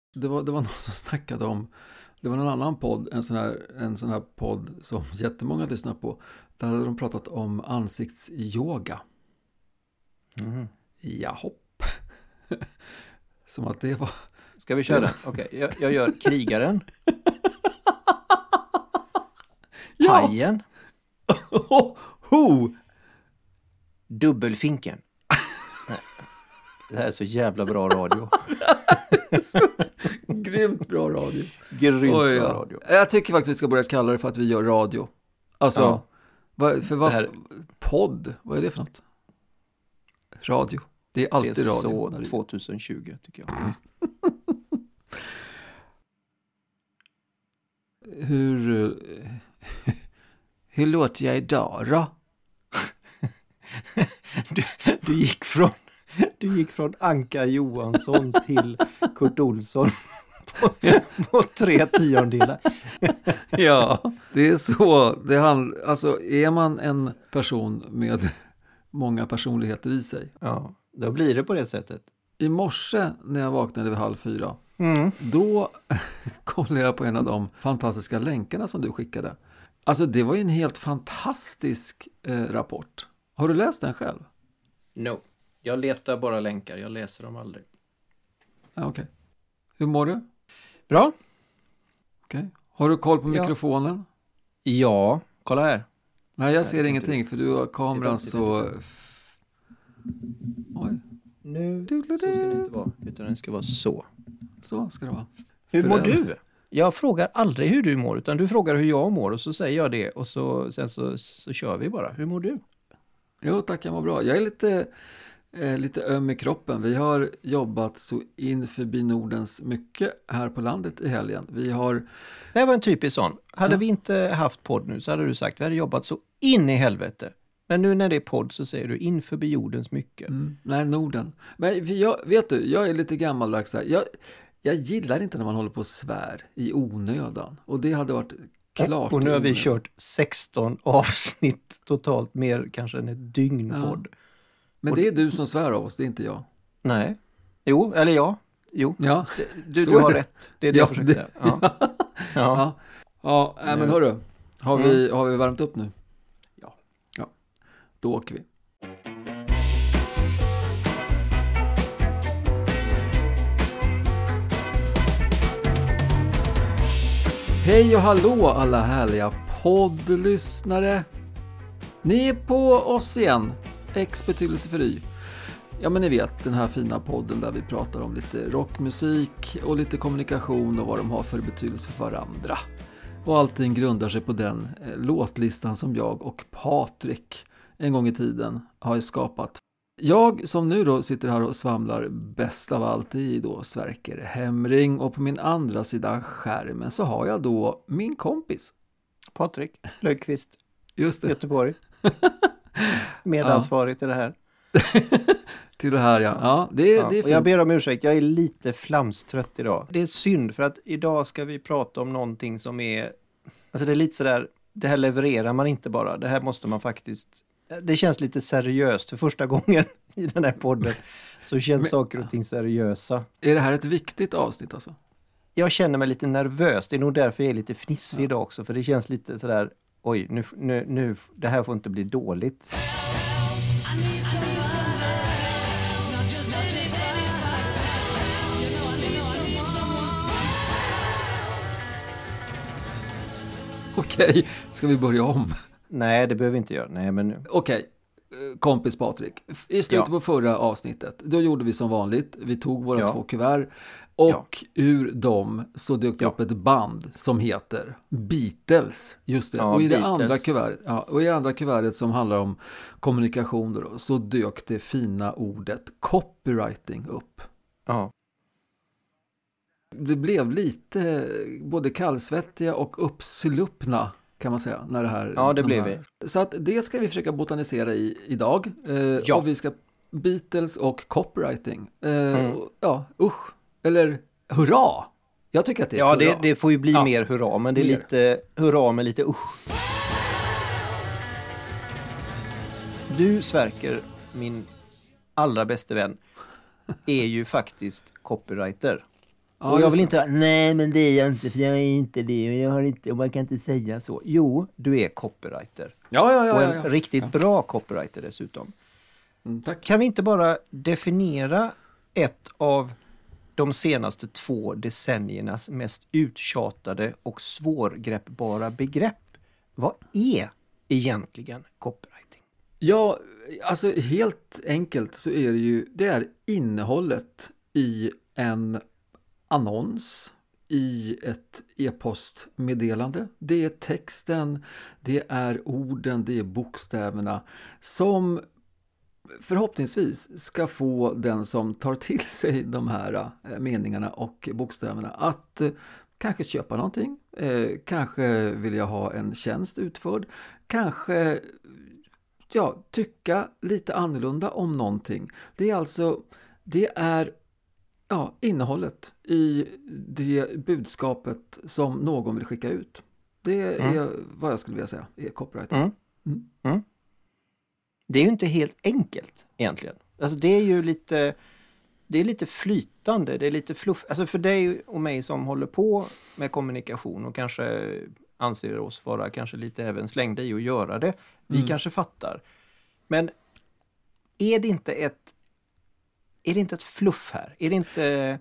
Det var någon som snackade om, det var någon annan podd, en sån här podd som jättemånga lyssnar på. Där hade de pratat om ansiktsyoga. Jahopp. Som att det var... Ska vi köra den? Okej, jag gör krigaren. Hajen. Dubbelfinken. Nej. Det här är så jävla bra radio. Grymt bra radio. Grymt bra radio. Jag tycker faktiskt vi ska börja kalla det för att vi gör radio. Alltså, podd, vad är det för något? Radio. Det är alltid radio. Det är så 2020 tycker jag. Hur låter jag idag då? Du gick från Anka Johansson till Kurt Olsson på 3/10. Ja, det är så. Alltså är man en person med många personligheter i sig. Ja, då blir det på det sättet. I morse när jag vaknade vid 3:30, då kollade jag på en av de fantastiska länkarna som du skickade. Alltså det var ju en helt fantastisk rapport. Har du läst den själv? No, jag letar bara länkar. Jag läser dem aldrig. Ja, okej. Hur mår du? Bra. Okej. Har du koll på mikrofonen? Ja, kolla här. Nej, jag ser ingenting för du har kameran så... Oj. Nu så ska det inte vara, utan den ska vara så. Så ska det vara. Hur mår du? Jag frågar aldrig hur du mår, utan du frågar hur jag mår och så säger jag det och sen så kör vi bara. Hur mår du? Jo tack, jag mår bra. Jag är lite öm i kroppen. Vi har jobbat så in förbi Nordens mycket här på landet i helgen. Det var en typisk sån. Hade vi inte haft podd nu så hade du sagt vi hade jobbat så in i helvete. Men nu när det är podd så säger du in förbi jordens mycket. Nej, Norden. Men jag är lite gammaldags här. Jag gillar inte när man håller på och svär i onödan. Och det hade varit klart. Och nu har vi kört 16 avsnitt totalt, mer kanske än ett dygn podd. Men det är du som svär av oss, det är inte jag. Nej. Jo, eller ja. Jo. Ja. Du har rätt. Det är det jag försöker säga. Ja, men hörru. Har vi värmt upp nu? Ja. Då åker vi. Hej och hallå alla härliga poddlyssnare. Ni är på oss igen. X betydelse för Y. Ja men ni vet den här fina podden där vi pratar om lite rockmusik och lite kommunikation och vad de har för betydelse för varandra. Och allting grundar sig på den låtlistan som jag och Patrik en gång i tiden har skapat. Jag som nu då sitter här och svamlar bäst av allt i då Sverker Hemring, och på min andra sida skärmen så har jag då min kompis Patrik Löfqvist. Just det. Göteborg. Medansvarig till det här. Till det här, ja. Det är fint. Och jag ber om ursäkt, jag är lite flamstrött idag. Det är synd för att idag ska vi prata om någonting som är... Alltså det är lite sådär, det här levererar man inte bara. Det här måste man faktiskt... Det känns lite seriöst för första gången i den här podden. Så känns saker och ting seriösa. Är det här ett viktigt avsnitt alltså? Jag känner mig lite nervös. Det är nog därför jag är lite fnissig idag också. För det känns lite sådär, oj, nu det här får inte bli dåligt. Okej, ska vi börja om? Nej, det behöver vi inte göra. Nej, men... Okej, kompis Patrik. I slutet på förra avsnittet, då gjorde vi som vanligt. Vi tog våra 2 kuvert och ur dem så dök det upp ett band som heter Beatles. Just det. Och i det andra kuvertet som handlar om kommunikation då, så dök det fina ordet copywriting upp. Ja. Det blev lite både kallsvettiga och uppsluppna kan man säga när det här. Ja, det blev vi. Så att det ska vi försöka botanisera i idag. Och vi ska Beatles och copywriting. Usch. Eller hurra. Jag tycker att det är hurra. Det får ju bli mer hurra, men det är lite hurra med lite usch. Du, Sverker, min allra bästa vän, är ju faktiskt copywriter. Ja, och jag just vill det. inte, nej men det är jag inte, för jag är inte det, och jag har inte, och man kan inte säga så. Jo, du är copywriter. Ja. Och en riktigt bra copywriter dessutom. Tack. Kan vi inte bara definiera ett av de senaste 2 decenniernas mest uttjatade och svårgreppbara begrepp? Vad är egentligen copywriting? Ja, alltså helt enkelt så är det är innehållet i en annons, i ett e-postmeddelande. Det är texten, det är orden, det är bokstäverna som förhoppningsvis ska få den som tar till sig de här meningarna och bokstäverna att kanske köpa någonting, kanske vill jag ha en tjänst utförd, kanske tycka lite annorlunda om någonting. Det är innehållet i det budskapet som någon vill skicka ut. Det är vad jag skulle vilja säga är copywriting. Det är ju inte helt enkelt egentligen. Alltså det är ju lite flytande, det är lite fluff. Alltså för dig och mig som håller på med kommunikation och kanske anser oss vara kanske lite även slängda i att göra det. Vi kanske fattar. Men är det inte ett fluff här? Är det inte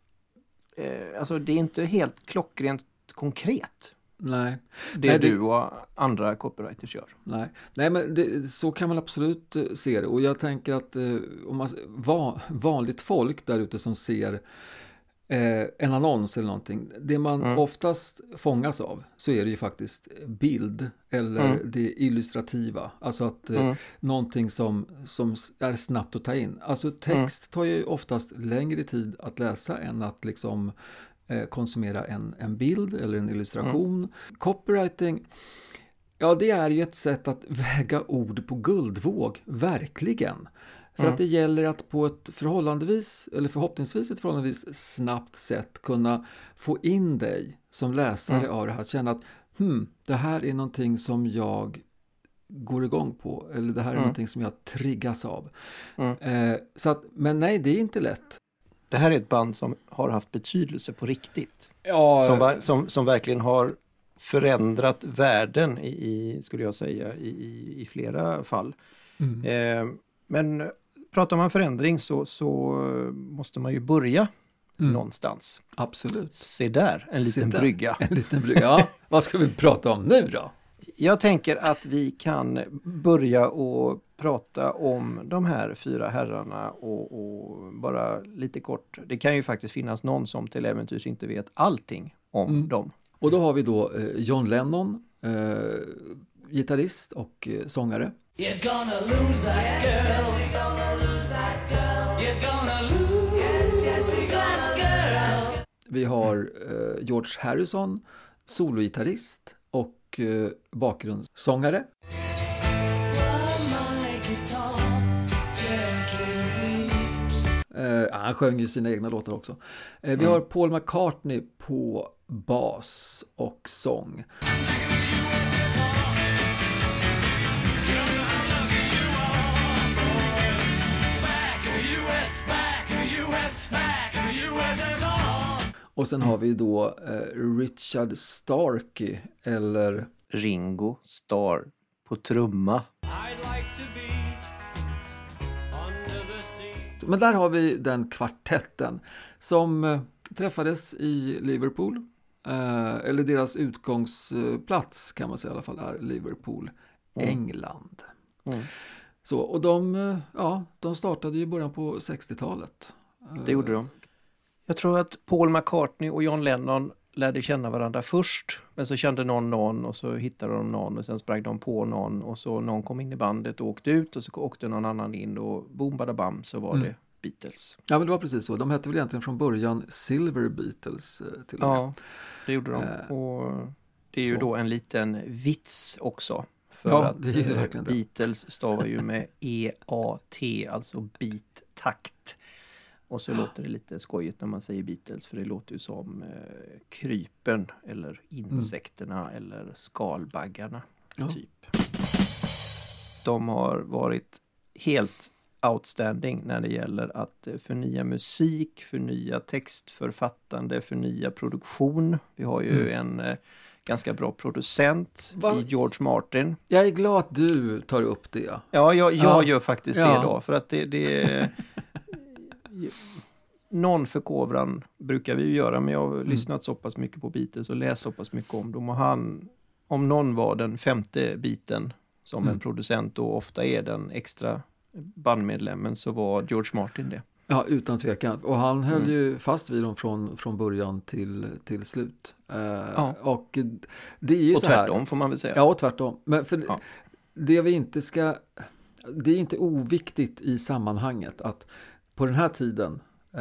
alltså det är inte helt klockrent konkret. Nej. Du och andra copywriters gör. Nej, men så kan man absolut se det. Och jag tänker att om man vanligt folk där ute som ser en annons eller någonting, det man oftast fångas av, så är det ju faktiskt bild eller det illustrativa. Alltså att någonting som är snabbt att ta in. Alltså text tar ju oftast längre tid att läsa än att liksom konsumera en bild eller en illustration. Copywriting, det är ju ett sätt att väga ord på guldvåg, verkligen. För att det gäller att på ett förhoppningsvis ett förhållandevis snabbt sätt kunna få in dig som läsare av det här. Att känna att det här är någonting som jag går igång på. Eller det här är någonting som jag triggas av. Men nej, det är inte lätt. Det här är ett band som har haft betydelse på riktigt. Ja, Som verkligen har förändrat världen skulle jag säga, i flera fall. Men pratar man förändring så måste man ju börja någonstans. Absolut. Se där, en liten brygga. En liten brygga, ja. Vad ska vi prata om nu då? Jag tänker att vi kan börja och prata om de här 4 herrarna och bara lite kort. Det kan ju faktiskt finnas någon som till äventyrs inte vet allting om dem. Och då har vi då John Lennon, gitarrist och sångare. You're gonna lose that girl. Yes, you're gonna lose that girl. You're gonna lose. Yes, you're gonna girl. Vi har George Harrison, sologitarrist och bakgrundssångare. Han sjöng ju sina egna låtar också. Vi har Paul McCartney på bas och sång. Och sen har vi då Richard Starkey eller Ringo Starr på trumma. Men där har vi den kvartetten som träffades i Liverpool. Eller deras utgångsplats kan man säga i alla fall är Liverpool, England. Så, och de startade ju i början på 60-talet. Det gjorde de. Jag tror att Paul McCartney och John Lennon lärde känna varandra först. Men så kände någon och så hittade de någon och sen sprang de på någon. Och så någon kom in i bandet och åkte ut och så åkte någon annan in och boom badabam så var det Beatles. Ja, men det var precis så. De hette väl egentligen från början Silver Beatles till och med. Ja, det gjorde de. Och det är ju då en liten vits också. För det är ju verkligen det. Beatles stavar ju med E-A-T, alltså beat-takt. Och så låter det lite skojigt när man säger Beatles, för det låter ju som krypen eller insekterna eller skalbaggarna typ. De har varit helt outstanding när det gäller att förnya musik, förnya textförfattande, förnya produktion. Vi har ju en ganska bra producent i George Martin. Jag är glad att du tar upp det. Ja, jag gör faktiskt det då. För att det någon förkovran brukar vi ju göra, men jag har lyssnat så pass mycket på Beatles och läst så pass mycket om dem. Och han, om någon var den femte biten som en producent och ofta är den extra bandmedlemmen, så var George Martin det. Ja, utan tvekan. Och han höll ju fast vid dem från början till slut. Och det är ju och så här. tvärtom får man väl säga. Ja, och tvärtom. Men för det vi inte ska... Det är inte oviktigt i sammanhanget att på den här tiden,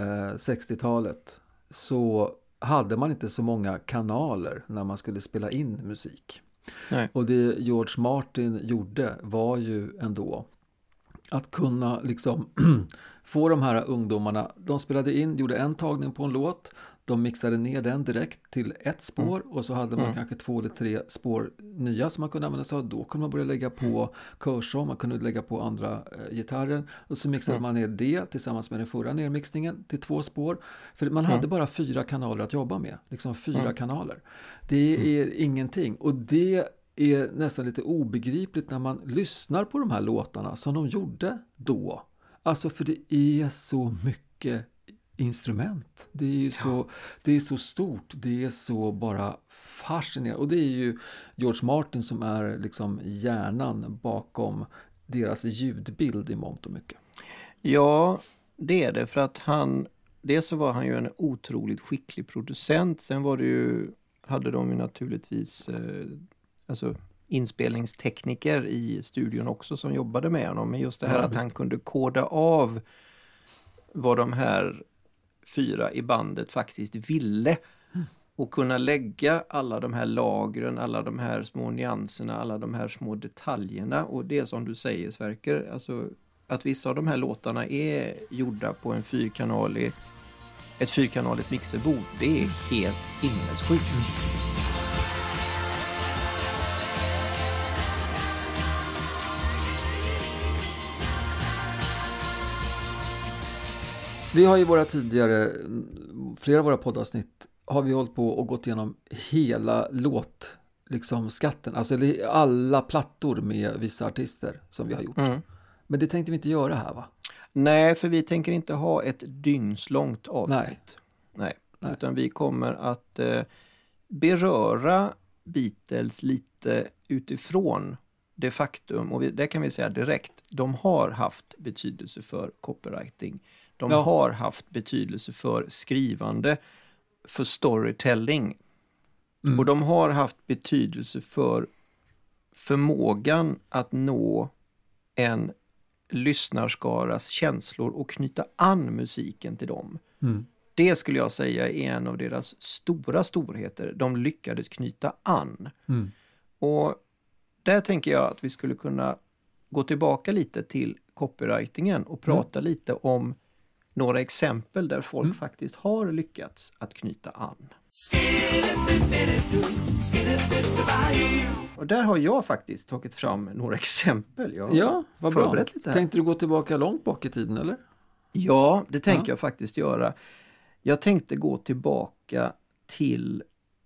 60-talet, så hade man inte så många kanaler när man skulle spela in musik. Nej. Och det George Martin gjorde var ju ändå att kunna liksom få de här ungdomarna, de spelade in, gjorde en tagning på en låt, de mixade ner den direkt till ett spår och så hade man kanske 2 eller 3 spår nya som man kunde använda sig av. Då kunde man börja lägga på körsång, man kunde lägga på andra gitarrer och så mixade man ner det tillsammans med den förra nermixningen till 2 spår. För man hade bara 4 kanaler att jobba med, liksom 4 kanaler. Det är ingenting, och det är nästan lite obegripligt när man lyssnar på de här låtarna som de gjorde då. Alltså för det är så mycket instrument. Det är ju det är så stort. Det är så bara fascinerande. Och det är ju George Martin som är liksom hjärnan bakom deras ljudbild i mångt och mycket. Ja, det är det. För att dels så var han ju en otroligt skicklig producent. Sen var det ju, hade de ju naturligtvis alltså inspelningstekniker i studion också som jobbade med honom. Men just det här att han kunde koda av vad de här 4 i bandet faktiskt ville. Och kunna lägga alla de här lagren, alla de här små nyanserna, alla de här små detaljerna. Och det som du säger, Sverker, alltså att vissa av de här låtarna är gjorda på ett fyrkanaligt mixerbord. Det är helt sinnessjukt. Vi har ju flera av våra poddavsnitt har vi hållit på och gått igenom hela skatten, alltså alla plattor med vissa artister som vi har gjort. Men det tänkte vi inte göra här, va? Nej, för vi tänker inte ha ett dygnslångt avsnitt. Nej. Utan vi kommer att beröra Beatles lite utifrån det faktum, och det kan vi säga direkt, de har haft betydelse för copywriting. De har haft betydelse för skrivande, för storytelling. Och de har haft betydelse för förmågan att nå en lyssnarskaras känslor och knyta an musiken till dem. Det skulle jag säga är en av deras stora storheter. De lyckades knyta an. Och där tänker jag att vi skulle kunna gå tillbaka lite till copywritingen och prata lite om några exempel där folk faktiskt har lyckats att knyta an. Och där har jag faktiskt tagit fram några exempel. Vad bra. Lite här. Tänkte du gå tillbaka långt bak i tiden, eller? Ja, det tänker jag faktiskt göra. Jag tänkte gå tillbaka till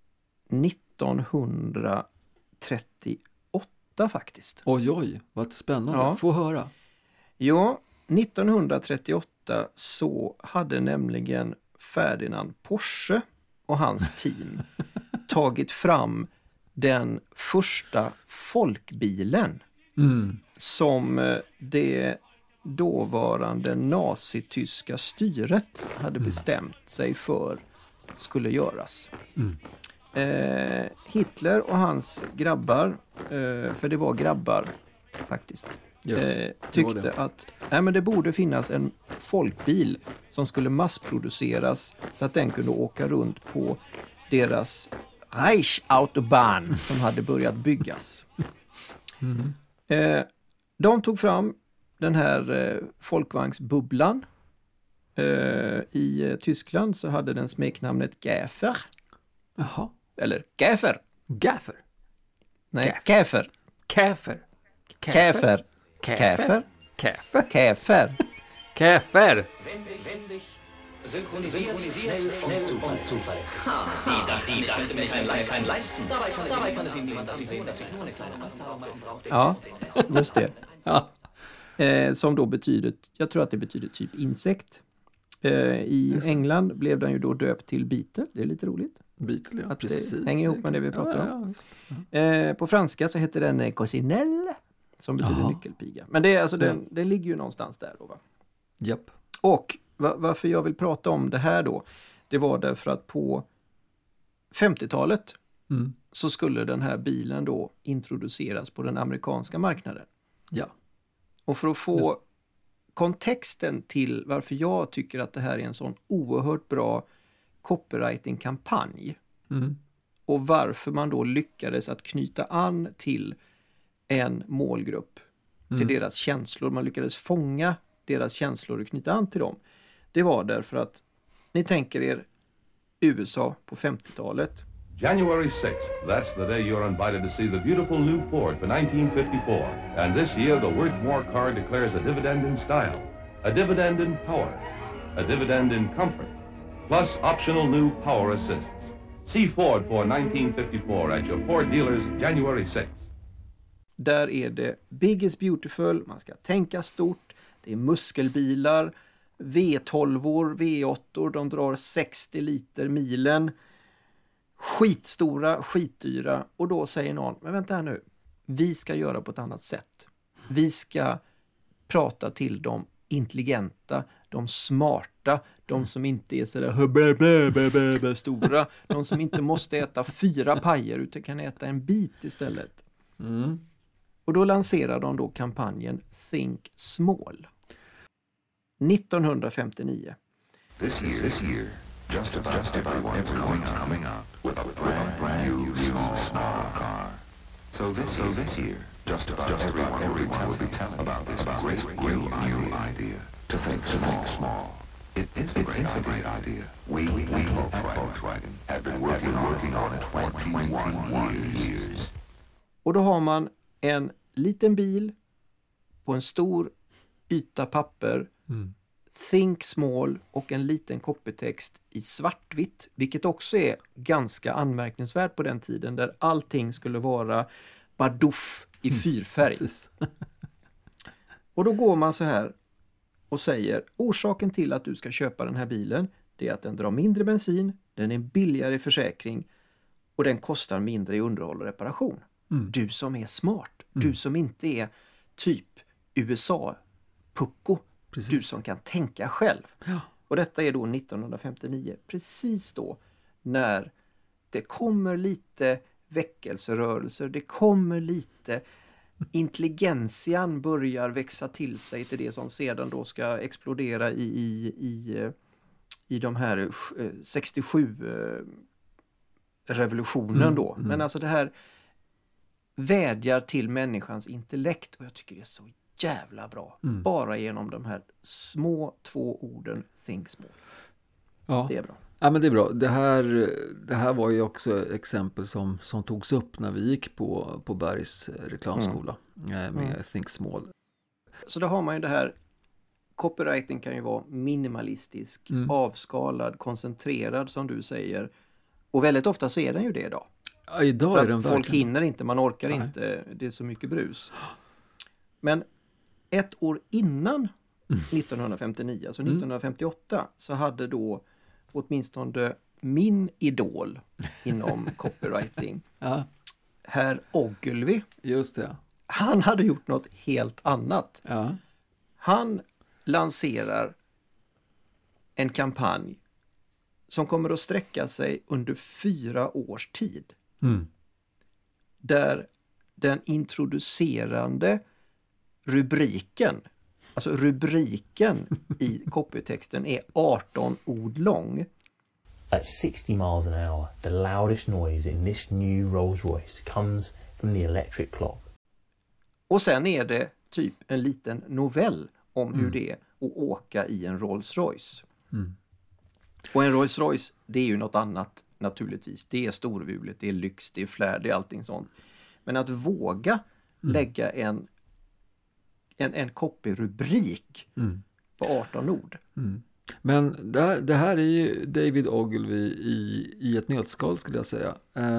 1938 faktiskt. Oj, vad spännande. Få höra. Ja, 1938 så hade nämligen Ferdinand Porsche och hans team tagit fram den första folkbilen som det dåvarande nazityska styret hade bestämt sig för skulle göras. Hitler och hans grabbar, för det var grabbar faktiskt, tyckte att det borde finnas en folkbil som skulle massproduceras så att den kunde åka runt på deras Reichsautobahn som hade börjat byggas. De tog fram den här folkvagnsbubblan. I Tyskland så hade den smeknamnet Gaffer. Jaha. Eller Gaffer. Gaffer? Nej, Käfer. Käfer. Käfer. Käfer. Käfer. Käfer. Käfer! Synchronisiert, schnell und zuverlässig. Die dachte mir kein Lifetime leisten. Dabei kann es Ihnen niemand sehen, dass ich nur eine kleine Anzahl brauche. Ja, just det. Ja. Som då betyder, jag tror att det betyder typ insekt. I England blev den ju då döpt till Beetle, det är lite roligt. Beetle, ja, Att precis. det hänger ihop med det vi pratar om. Ja, visst. På franska så heter den coccinelle, som betyder Jaha. nyckelpiga. Men det är alltså det ligger ju någonstans där då, va? Japp. Och varför jag vill prata om det här då, det var därför att på 50-talet så skulle den här bilen då introduceras på den amerikanska marknaden. Ja. Och för att få kontexten till varför jag tycker att det här är en sån oerhört bra copywriting-kampanj och varför man då lyckades att knyta an till en målgrupp, till deras känslor. Man lyckades fånga deras känslor och knyta an till dem. Det var därför att ni tänker er USA på 50-talet. January 6th, that's the day you're invited to see the beautiful new Ford for 1954. And this year, the Worthmore car declares a dividend in style, a dividend in power, a dividend in comfort, plus optional new power assists. See Ford for 1954 at your Ford dealers January 6th. Där är det big is beautiful, man ska tänka stort, det är muskelbilar, V12-or, V8-or, de drar 60 liter milen. Skitstora, skitdyra. Och då säger någon, men vänta här nu. Vi ska göra på ett annat sätt. Vi ska prata till de intelligenta, de smarta, de som inte är sådär stora. De som inte måste äta 4 pajer utan kan äta en bit istället. Och då lanserar de då kampanjen Think Small. 1959. This year, just about everyone's coming up with a brand new small car. So this year, just about everyone will be telling about this great new idea to think small. It is a great idea. We at Volkswagen have been working on it for 21 years. Och då har man en liten bil på en stor yta papper, Think Small och en liten copytext i svartvitt, vilket också är ganska anmärkningsvärt på den tiden där allting skulle vara baduff i fyrfärg. Och då går man så här och säger, orsaken till att du ska köpa den här bilen, det är att den drar mindre bensin, den är billigare i försäkring och den kostar mindre i underhåll och reparation. Du som är smart, du som inte är typ USA-pucko, du som kan tänka själv. Ja. Och detta är då 1959, precis då när det kommer lite väckelserörelser, det kommer lite intelligentian börjar växa till sig till det som sedan då ska explodera i de här 67 revolutionen då. Men alltså det här vädjar till människans intellekt och jag tycker det är så jävla bra. Bara genom de här små 2 orden Think Small. Ja. Det är bra. Ja, men det är bra. Det här var ju också exempel som togs upp när vi gick på Bergs reklamskola med Think Small. Så då har man ju det här, copywriting kan ju vara minimalistisk, avskalad, koncentrerad som du säger. Och väldigt ofta så är den ju det idag. Ja, idag För är den att folk verkligen. hinner inte, man orkar Nej. inte, det är så mycket brus. Men ett år innan 1959, alltså 1958, så hade då åtminstone min idol inom copywriting, herr Ogilvy, Just det. han hade gjort något helt annat. Ja. Han lanserar en kampanj som kommer att sträcka sig under 4 års tid. Där den introducerande rubriken i copytexten är 18 ord lång. At 60 miles an hour, the loudest noise in this new Rolls-Royce comes from the electric clock. Och sen är det typ en liten novell om hur det är att åka i en Rolls-Royce. Och en Rolls-Royce, det är ju något annat naturligtvis. Det är storvulet, det är lyx, det är flärd, det är allting sånt. Men att våga lägga en copyrubrik på 18 ord. Men det här är ju David Ogilvy i ett nötskal skulle jag säga.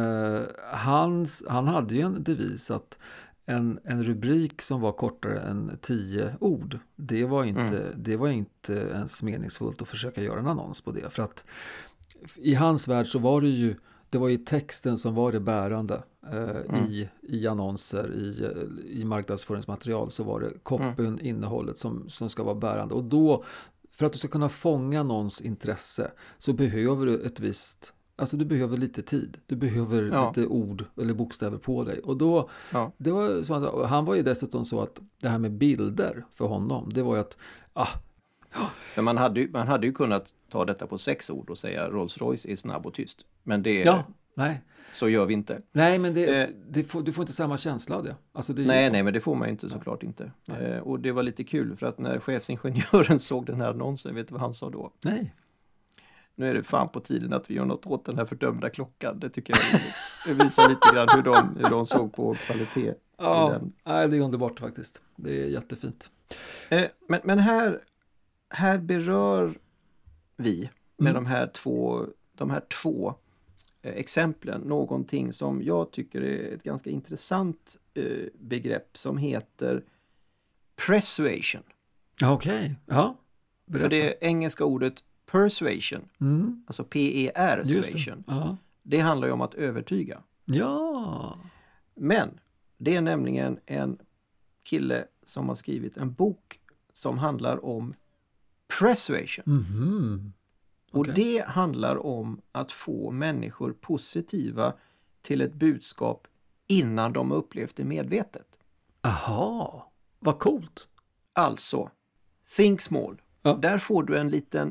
Han hade ju en devis att en rubrik som var kortare än 10 ord, det var inte ens meningsfullt att försöka göra en annons på det. För att i hans värld så var det var ju texten som var det bärande i annonser, i marknadsföringsmaterial, så var det copyn, innehållet som ska vara bärande. Och då, för att du ska kunna fånga någons intresse, så behöver du du behöver lite tid. Du behöver lite ord eller bokstäver på dig. Och då, det var som han var ju dessutom så att det här med bilder för honom, det var ju att Men man hade ju kunnat ta detta på 6 ord och säga Rolls-Royce är snabb och tyst. Men det så gör vi inte. Nej, men du får inte samma känsla av det. Alltså det är nej, men det får man ju inte, såklart inte. Och det var lite kul, för att när chefsingenjören såg den här annonsen, vet du vad han sa då? Nej. Nu är det fan på tiden att vi gör något åt den här fördömda klockan. Det tycker jag är roligt. Det visar lite grann hur de såg på kvalitet. Ja, det är underbart faktiskt. Det är jättefint. Men här berör vi med de här två exemplen någonting som jag tycker är ett ganska intressant begrepp som heter persuasion. Okej, ja. Berätta. För det engelska ordet persuasion, alltså P-E-R-suasion, det handlar ju om att övertyga. Ja. Men det är nämligen en kille som har skrivit en bok som handlar om persuasion. Och det handlar om att få människor positiva till ett budskap innan de har upplevt det medvetet. Aha, vad coolt. Alltså, think small. Ja. Där får du en liten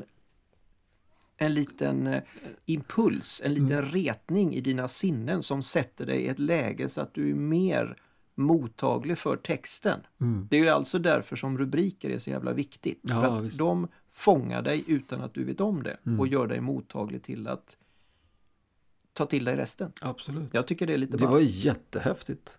impuls, en liten retning i dina sinnen som sätter dig i ett läge så att du är mer mottaglig för texten. Det är ju alltså därför som rubriker är så jävla viktigt. Ja, för att visst. De fångar dig utan att du vet om det och gör dig mottaglig till att ta till dig resten. Absolut. Jag tycker det är lite Det var jättehäftigt.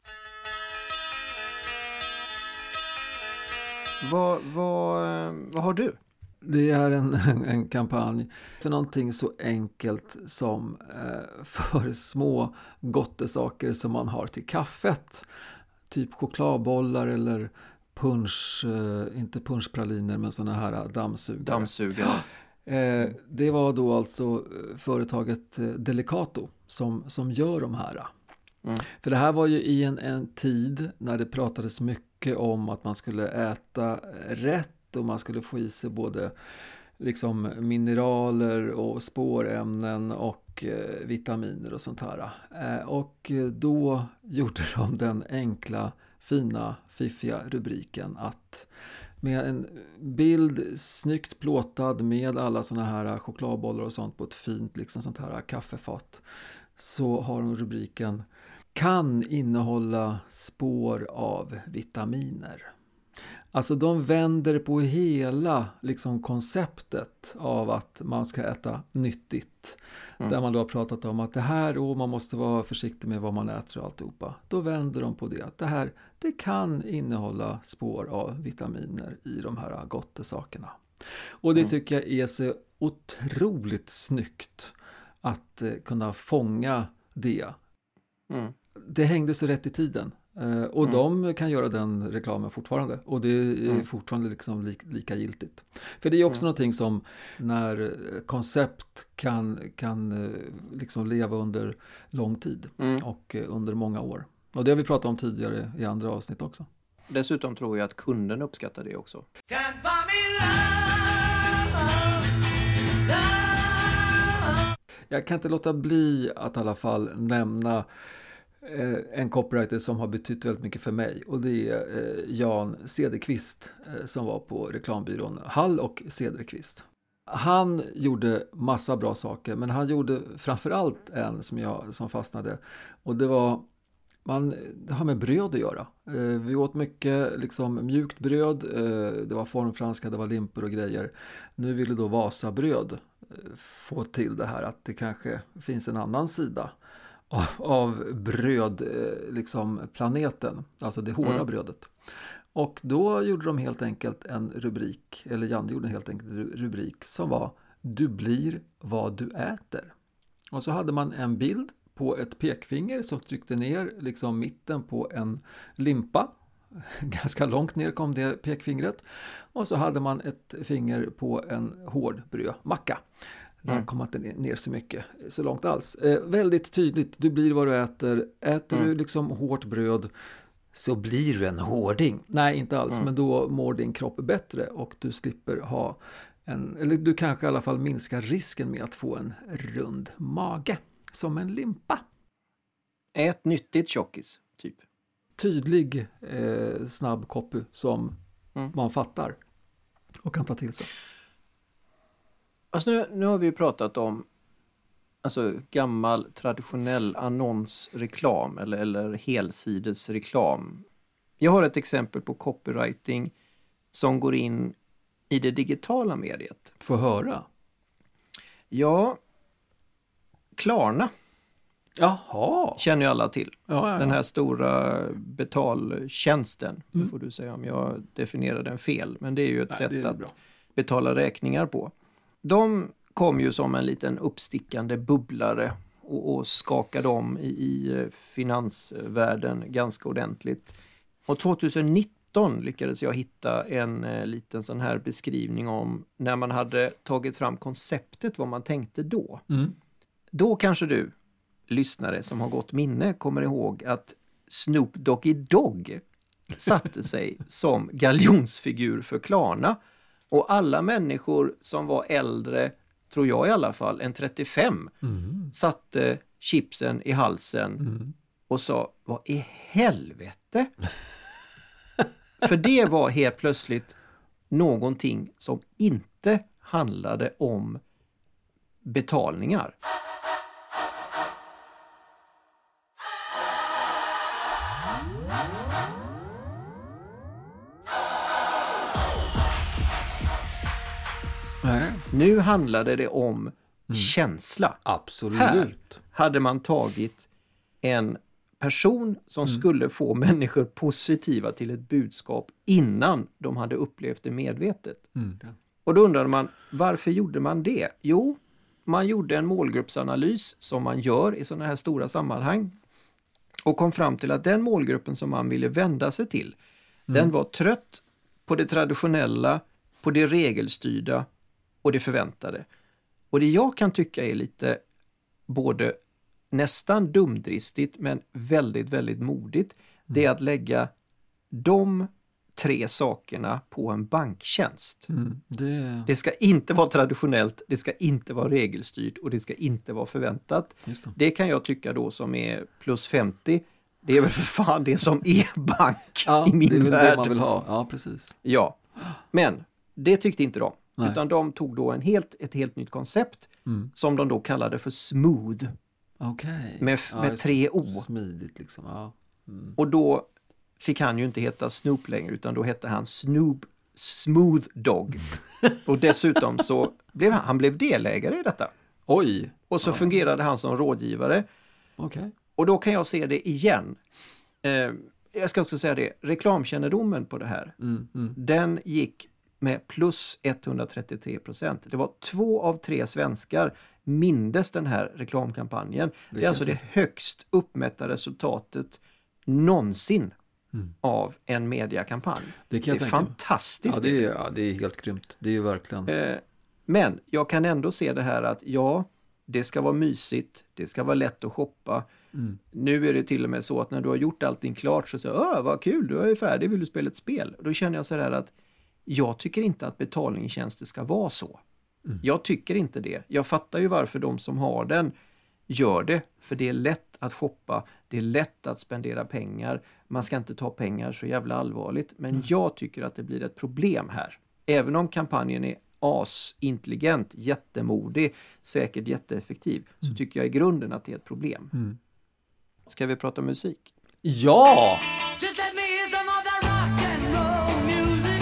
Vad har du? Det är en kampanj för någonting så enkelt som för små gottesaker som man har till kaffet. Typ chokladbollar eller inte punschpraliner, men såna här dammsugare. Det var då alltså företaget Delicato som gör de här. För det här var ju i en tid när det pratades mycket om att man skulle äta rätt och man skulle få i sig både liksom mineraler och spårämnen och vitaminer och sånt här. Och då gjorde de den enkla, fina, fiffiga rubriken att med en bild snyggt plåtad med alla såna här chokladbollar och sånt på ett fint liksom sånt här kaffefat, så har de rubriken kan innehålla spår av vitaminer. Alltså de vänder på hela liksom konceptet av att man ska äta nyttigt. Där man då har pratat om att det här, och man måste vara försiktig med vad man äter och alltihopa. Då vänder de på det. Att det här, det kan innehålla spår av vitaminer i de här gottesakerna. Och det tycker jag är så otroligt snyggt att kunna fånga det. Det hängde så rätt i tiden. Och de kan göra den reklamen fortfarande. Och det är fortfarande liksom lika giltigt. För det är också någonting som när koncept kan liksom leva under lång tid. Och under många år. Och det har vi pratat om tidigare i andra avsnitt också. Dessutom tror jag att kunden uppskattar det också. Jag kan inte låta bli att i alla fall nämna en copywriter som har betytt väldigt mycket för mig, och det är Jan Cederqvist som var på reklambyrån Hall och Cederqvist. Han gjorde massa bra saker, men han gjorde framförallt en som fastnade, och det har med bröd att göra. Vi åt mycket liksom mjukt bröd, det var formfranska, det var limpor och grejer. Nu ville då Vasabröd få till det här att det kanske finns en annan sida av bröd, liksom planeten, alltså det hårda brödet. Och då gjorde de helt enkelt en rubrik, eller Janne gjorde helt enkelt en rubrik som var Du blir vad du äter. Och så hade man en bild på ett pekfinger som tryckte ner liksom mitten på en limpa. Ganska långt ner kom det pekfingret. Och så hade man ett finger på en hård brödmacka. Där kom man inte ner så mycket, så långt alls. Väldigt tydligt, du blir vad du äter. Äter du liksom hårt bröd så blir du en hårding. Nej, inte alls, men då mår din kropp bättre och du slipper ha eller du kanske i alla fall minskar risken med att få en rund mage. Som en limpa. Ät nyttigt tjockis, typ. Tydlig, snabb copy som man fattar och kan ta till sig. Alltså nu har vi ju pratat om gammal traditionell annonsreklam eller helsidesreklam. Jag har ett exempel på copywriting som går in i det digitala mediet. Få höra. Ja, Klarna. Jaha. Känner ju alla till. Ja. Den här stora betaltjänsten. Nu får du säga om jag definierar den fel. Men det är ju ett sätt att betala räkningar på. De kom ju som en liten uppstickande bubblare och skakade om i finansvärlden ganska ordentligt. Och 2019 lyckades jag hitta en liten sån här beskrivning om när man hade tagit fram konceptet, vad man tänkte då. Då kanske du, lyssnare som har gott minne, kommer ihåg att Snoop Doggy Dogg satte sig som galjonsfigur för Klarna. Och alla människor som var äldre, tror jag i alla fall, än 35 satte chipsen i halsen och sa, vad i helvete? För det var helt plötsligt någonting som inte handlade om betalningar. Nu handlade det om känsla. Absolut. Här hade man tagit en person som skulle få människor positiva till ett budskap innan de hade upplevt det medvetet. Och då undrade man, varför gjorde man det? Jo, man gjorde en målgruppsanalys som man gör i sådana här stora sammanhang och kom fram till att den målgruppen som man ville vända sig till, den var trött på det traditionella, på det regelstyrda och det förväntade. Och det jag kan tycka är lite både nästan dumdristigt men väldigt, väldigt modigt, det är att lägga de 3 sakerna på en banktjänst. Det ska inte vara traditionellt, det ska inte vara regelstyrt och det ska inte vara förväntat. Det kan jag tycka då som är plus 50. Det är väl för fan det som är bank i min värld. Det är det man vill ha, ja precis. Ja, men det tyckte inte de. Nej. Utan de tog då ett helt nytt koncept som de då kallade för smooth. Okej. Med 3 O. Smidigt liksom, ja. Och då fick han ju inte heta Snoop längre utan då hette han Smooth Dog. Och dessutom så blev han delägare i detta. Oj! Och så fungerade han som rådgivare. Okej. Och då kan jag se det igen. Jag ska också säga det, reklamkännedomen på det här, den gick med plus 133%. Det var 2 av 3 svenskar mindes den här reklamkampanjen. Det är alltså det högst uppmätta resultatet någonsin av en mediakampanj. Det är fantastiskt. Ja, det är helt grymt. Det är ju verkligen. Men jag kan ändå se det här att det ska vara mysigt, det ska vara lätt att shoppa. Nu är det till och med så att när du har gjort allting klart så säger vad kul, du är färdig, vill du spela ett spel? Då känner jag så här att jag tycker inte att betalningstjänster ska vara så. Jag tycker inte det. Jag fattar ju varför de som har den gör det. För det är lätt att shoppa. Det är lätt att spendera pengar. Man ska inte ta pengar så jävla allvarligt. Men jag tycker att det blir ett problem här. Även om kampanjen är asintelligent, jättemodig, säkert jätteeffektiv. Så tycker jag i grunden att det är ett problem. Ska vi prata musik? Ja! Just let me hear some of that rock and roll music.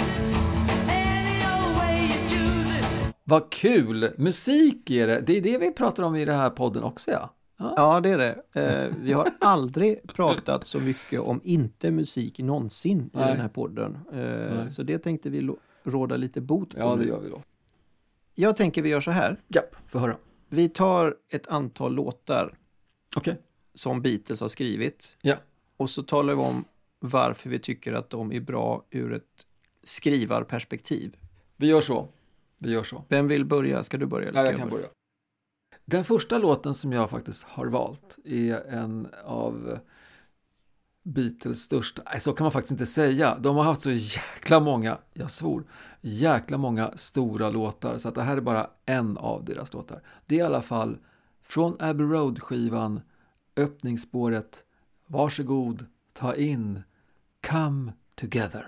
Any old way you choose it. Vad kul! Musik är det. Det är det vi pratar om i den här podden också, ja. Ja, det är det. Vi har aldrig pratat så mycket om inte musik någonsin i Nej. den här podden. Så det tänkte vi råda lite bot på. Ja, det nu. gör vi då. Jag tänker vi gör så här. Japp, få höra. Vi tar ett antal låtar Okej. som Beatles har skrivit. Ja. Och så talar vi om varför vi tycker att de är bra ur ett skrivarperspektiv. Vi gör så. Vi gör så. Vem vill börja? Ska du börja? Eller Ja, ska jag kan börja. Den första låten som jag faktiskt har valt är en av Beatles största. Nej, så kan man faktiskt inte säga. De har haft så jäkla många, jag svor, jäkla många stora låtar. Så att det här är bara en av deras låtar. Det är i alla fall från Abbey Road-skivan, öppningsspåret, varsågod, ta in, Come Together.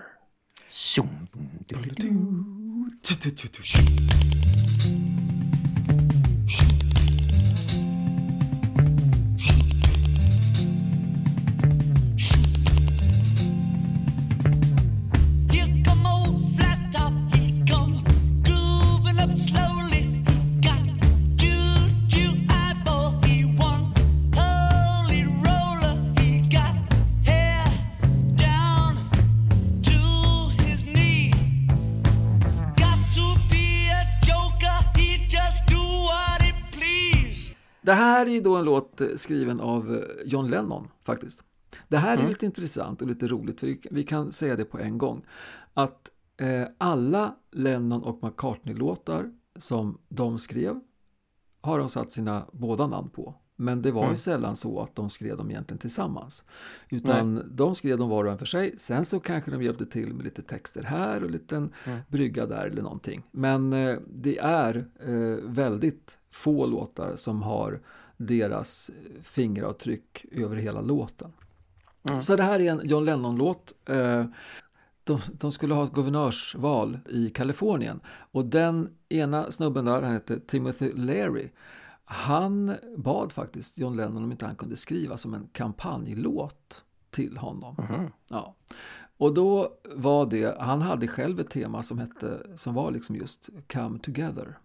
Here come old flat top, he come grooving up slowly. Got juju eyeball, he one holy roller. He got hair down to his knee. Got to be a joker, he just do what he please. Det här är då en låt skriven av John Lennon faktiskt. Det här är lite intressant och lite roligt, för vi kan säga det på en gång. Att alla Lennon och McCartney-låtar som de skrev har de satt sina båda namn på. Men det var ju sällan så att de skrev dem egentligen tillsammans. Utan de skrev dem var och en för sig. Sen så kanske de hjälpte till med lite texter här och lite brygga där eller någonting. Men det är väldigt få låtar som har deras fingeravtryck över hela låten. Så det här är en John Lennon-låt. De skulle ha ett guvernörsval i Kalifornien. Och den ena snubben där, han heter Timothy Leary. Han bad faktiskt John Lennon om inte han kunde skriva som en kampanjlåt till honom. Ja. Och då var det, han hade själv ett tema som var liksom just Come Together.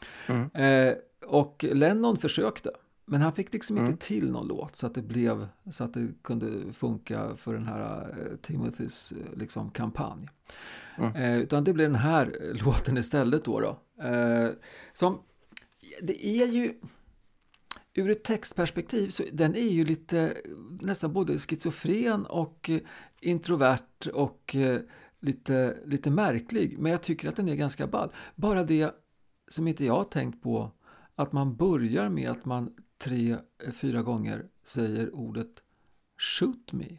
Och Lennon försökte, men han fick liksom inte till någon låt så att det kunde funka för den här Timothys liksom kampanj. Utan det blev den här låten istället då. Som det är ju ur ett textperspektiv så den är ju lite nästan både schizofren och introvert och lite märklig, men jag tycker att den är ganska ball. Bara det som inte jag har tänkt på, att man börjar med att man 3-4 gånger säger ordet shoot me.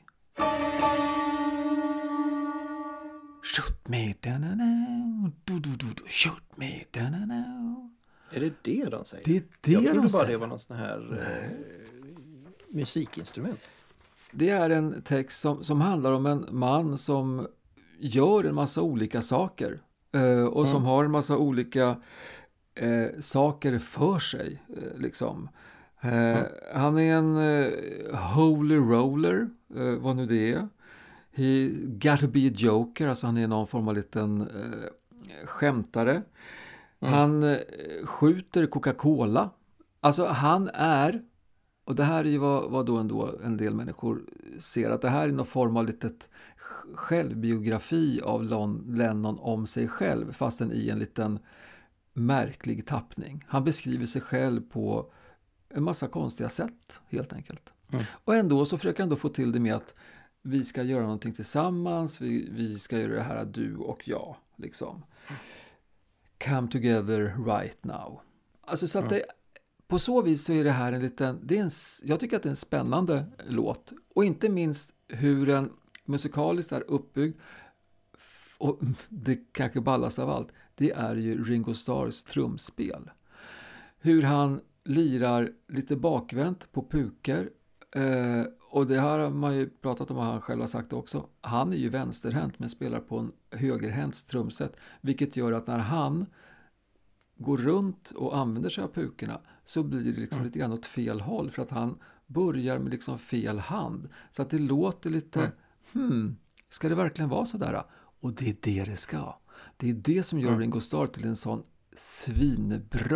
Shoot me, da-na-na, du-du-du-du, shoot me, da-na-na. Är det det de säger? Det är det jag trodde de bara säger. det var någon sån här musikinstrument. Det är en text som handlar om en man som gör en massa olika saker och som har en massa olika saker för sig liksom. Han är en holy roller, vad nu det är. He got to be a joker, alltså han är någon form av liten skämtare. Han skjuter Coca-Cola. Alltså han är, och det här är ju vad då ändå en del människor ser, att det här är någon form av litet självbiografi av Lennon om sig själv, fastän i en liten märklig tappning. Han beskriver sig själv på en massa konstiga sätt, helt enkelt. Och ändå så försöker han då få till det med att vi ska göra någonting tillsammans, vi ska göra det här du och jag, liksom. Come together right now. Alltså så att det, på så vis så är det här jag tycker att det är en spännande låt. Och inte minst hur den musikaliskt är uppbyggd. Och det kanske ballast av allt, det är ju Ringo Starrs trumspel. Hur han lirar lite bakvänt på puker. Och det här har man ju pratat om, och han själv har sagt också. Han är ju vänsterhänt men spelar på en högerhänt trumset. Vilket gör att när han går runt och använder sig av pukorna så blir det liksom lite grann åt fel håll. För att han börjar med liksom fel hand. Så att det låter lite, ska det verkligen vara så där? Och det är det ska. Det är det som gör Ringo Starr till en sån svinbra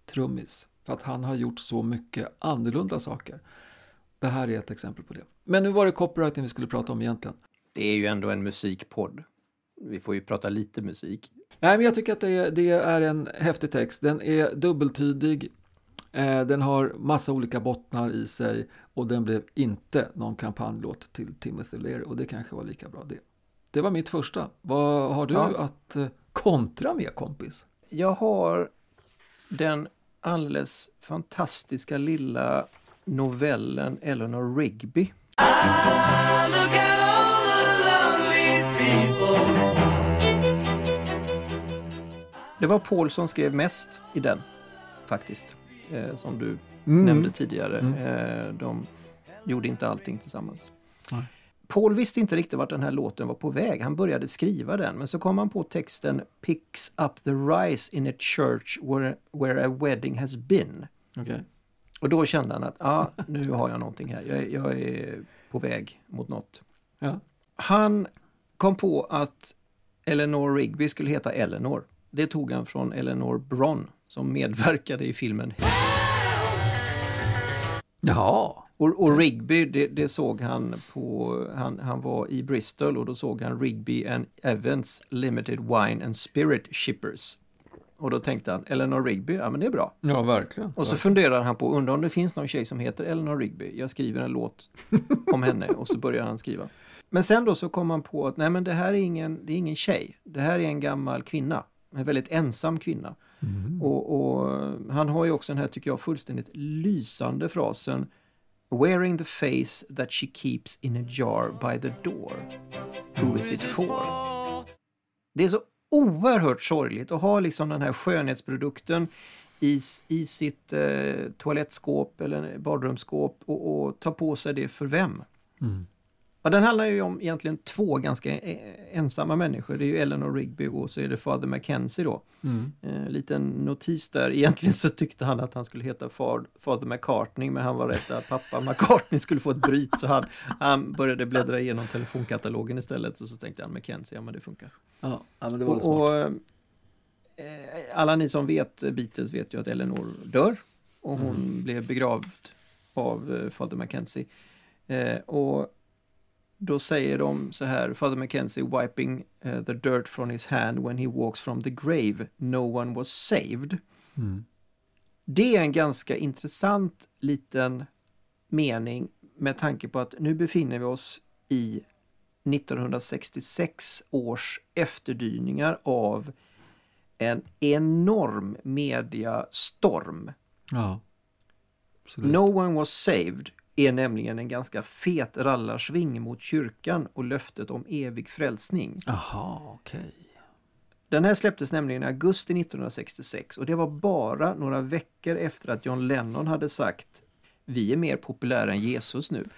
trummis. För att han har gjort så mycket annorlunda saker. Det här är ett exempel på det. Men nu var det copyrighting vi skulle prata om egentligen. Det är ju ändå en musikpodd. Vi får ju prata lite musik. Nej, men jag tycker att det är en häftig text. Den är dubbeltydig. Den har massa olika bottnar i sig. Och den blev inte någon kampanjlåt till Timothy Leary. Och det kanske var lika bra det. Det var mitt första. Vad har du att kontra med, kompis? Jag har den alldeles fantastiska lilla novellen Eleanor Rigby. Look at all the lonely people. Det var Paul som skrev mest i den, faktiskt. Som du nämnde tidigare. De gjorde inte allting tillsammans. Nej. Paul visste inte riktigt vart den här låten var på väg. Han började skriva den, men så kom han på texten Picks up the rice in a church where a wedding has been. Okay. Och då kände han att nu har jag någonting här. Jag är på väg mot något. Ja. Han kom på att Eleanor Rigby skulle heta Eleanor. Det tog han från Eleanor Bron som medverkade i filmen. Jaha. Och Rigby, det såg han på, han var i Bristol och då såg han Rigby and Evans Limited Wine and Spirit Shippers. Och då tänkte han, Eleanor Rigby, ja men det är bra. Ja, verkligen. Och så funderar han på, undrar om det finns någon tjej som heter Eleanor Rigby. Jag skriver en låt om henne och så börjar han skriva. Men sen då så kom han på att nej men det här är ingen tjej. Det här är en gammal kvinna. En väldigt ensam kvinna. Och han har ju också den här, tycker jag, fullständigt lysande frasen Wearing the face that she keeps in a jar by the door. Who is it for? Det är så oerhört sorgligt att ha liksom den här skönhetsprodukten i sitt toalettskåp eller badrumsskåp och ta på sig det för vem? Ja, den handlar ju om egentligen två ganska ensamma människor. Det är ju Eleanor Rigby och så är det Father Mackenzie då. Liten notis där. Egentligen så tyckte han att han skulle heta Father McCartney, men han var rädd att pappa McCartney skulle få ett bryt, så han började bläddra igenom telefonkatalogen istället, och så tänkte han Mackenzie, ja men det funkar. Ja, men det var smart. Och alla ni som vet Beatles vet ju att Eleanor dör och hon blev begravd av Father Mackenzie. Och då säger de så här, Father Mackenzie wiping the dirt from his hand when he walks from the grave, no one was saved. Det är en ganska intressant liten mening med tanke på att nu befinner vi oss i 1966 års efterdyningar av en enorm mediastorm. Ja, absolut. No one was saved är nämligen en ganska fet rallarsving mot kyrkan och löftet om evig frälsning. Aha, okej. Den här släpptes nämligen i augusti 1966 och det var bara några veckor efter att John Lennon hade sagt vi är mer populära än Jesus nu.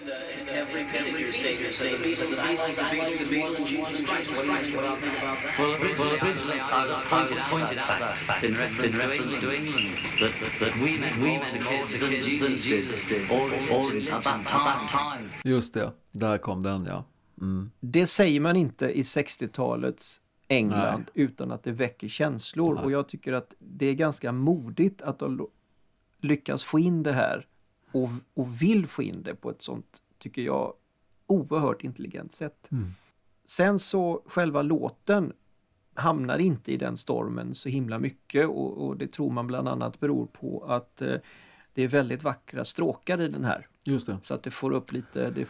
Just det, där kom den, ja. Det säger man inte i 60-talets England utan att det väcker känslor. Och jag tycker att det är ganska modigt att de lyckas få in det här och vill få in det på ett sånt, tycker jag, oerhört intelligent sätt. Sen så själva låten hamnar inte i den stormen så himla mycket och det tror man bland annat beror på att det är väldigt vackra stråkar i den här. Just det. Så att det får upp lite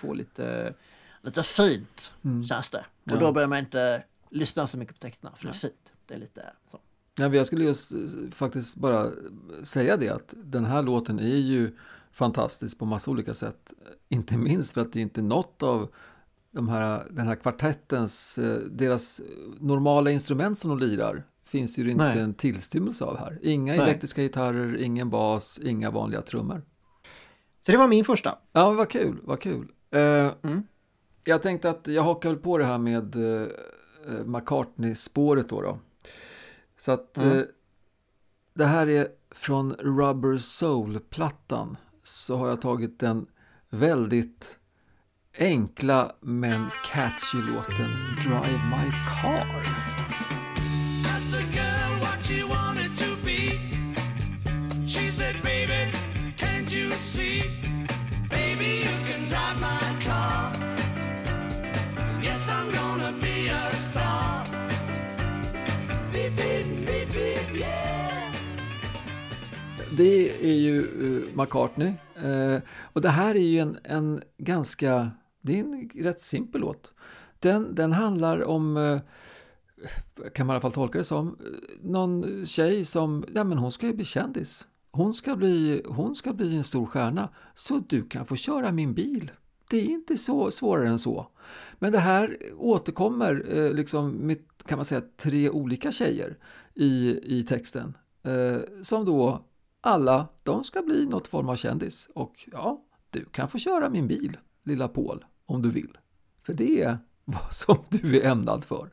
fint känns det. Och då börjar man inte lyssna så mycket på texterna för det är fint. Det är lite så. Ja, jag skulle just faktiskt bara säga det att den här låten är ju fantastisk på massa olika sätt. Inte minst för att det inte är något av den här kvartettens, deras normala instrument som de lirar finns ju inte en tillstymmelse av här. Inga elektriska gitarrer, ingen bas, inga vanliga trummor. Så det var min första. Ja, vad kul. Jag tänkte att jag hakar väl på det här med McCartney-spåret då. Så att det här är från Rubber Soul-plattan. Så har jag tagit den väldigt enkla men catchy låten Drive My Car. Ask the girl what she wanted to be. the seat. Baby, you can drive my car. Yes, I'm gonna be a star. Beep, beep, beep, beep, yeah. Det är ju McCartney. Och det här är ju en ganska... Det är en rätt simpel låt. Den handlar om... kan man i alla fall tolka det som någon tjej som, ja men hon ska ju bli kändis. Hon ska bli en stor stjärna. Så du kan få köra min bil. Det är inte så svårare än så. Men det här återkommer liksom med, kan man säga, 3 olika tjejer i texten. Som då alla, de ska bli något form av kändis. Och ja, du kan få köra min bil, lilla Paul, om du vill. För det är vad som du är ämnad för.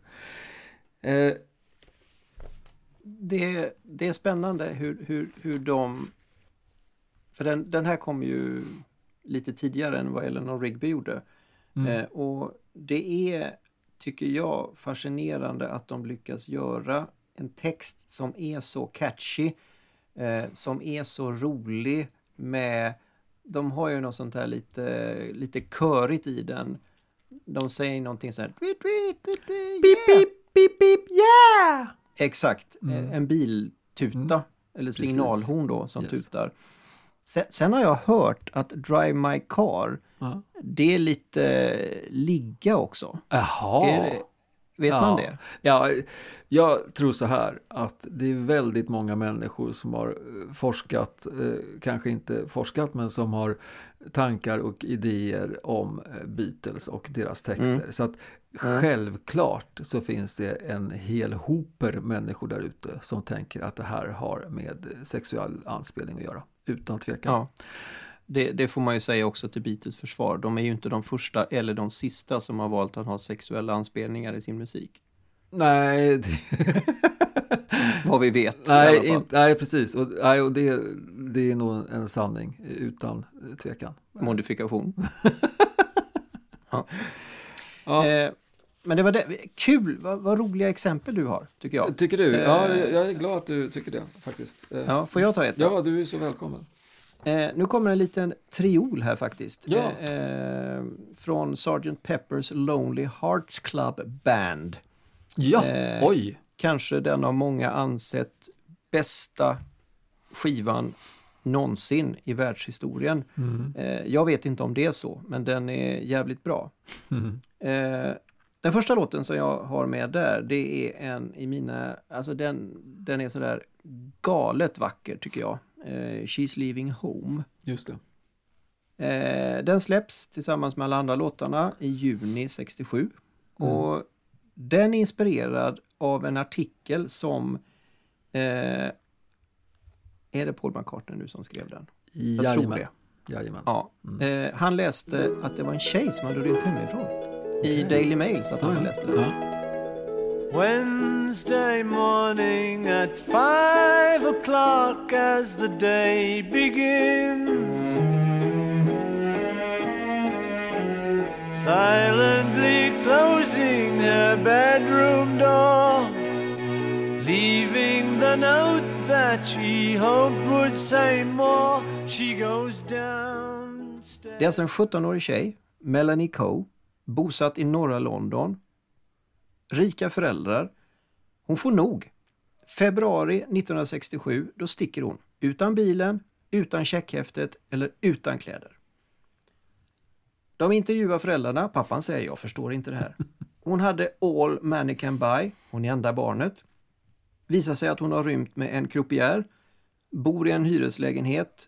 Det är spännande hur de... För den här kom ju lite tidigare än vad Eleanor Rigby gjorde. Och det är, tycker jag, fascinerande att de lyckas göra en text som är så catchy, som är så rolig med... De har ju något sånt här lite körigt i den. De säger någonting så här... Beep, beep, beep, beep, yeah! Exakt, en biltuta eller signalhorn då som tutar. Sen har jag hört att Drive My Car, det är lite ligga också. Jaha. Vet man det? Ja, jag tror så här att det är väldigt många människor som har forskat, kanske inte forskat, men som har tankar och idéer om Beatles och deras texter. Så att självklart så finns det en hel hoper människor där ute som tänker att det här har med sexuell anspelning att göra, utan tvekan. Ja. Det får man ju säga också till Beatles försvar. De är ju inte de första eller de sista som har valt att ha sexuella anspelningar i sin musik. Nej. Vad vi vet. Nej, precis. Och det är nog en sanning utan tvekan. Modifikation. Ja. Men det var det. Kul, vad roliga exempel du har, tycker jag. Tycker du? Ja, jag är glad att du tycker det, faktiskt. Ja, får jag ta ett då? Ja, du är så välkommen. Nu kommer en liten triol här faktiskt. Ja. Från Sgt. Pepper's Lonely Hearts Club Band. Ja, oj. Kanske den av många ansett bästa skivan någonsin i världshistorien. Jag vet inte om det är så, men den är jävligt bra. Den första låten som jag har med där, det är en i mina... Alltså den är sådär galet vacker, tycker jag. She's Leaving Home. Just det. Den släpps tillsammans med alla andra låtarna i juni 67. Och den är inspirerad av en artikel som... är det Paul McCartney nu som skrev den? Jag tror det. Jajamän. Ja. Han läste att det var en tjej som hade rymt hemifrån. I Daily Mail, så att han läste det. Wednesday morning at 5 o'clock as the day begins, silently closing her bedroom door, leaving the note that she hoped would say more. She goes down. Det är alltså en 17-årig tjej, Melanie Coe, bosatt i norra London. Rika föräldrar. Hon får nog. Februari 1967, då sticker hon. Utan bilen, utan checkhäftet eller utan kläder. De intervjuar föräldrarna. Pappan säger, jag förstår inte det här. Hon hade all money can buy. Hon är enda barnet. Visar sig att hon har rymt med en croupier. Bor i en hyreslägenhet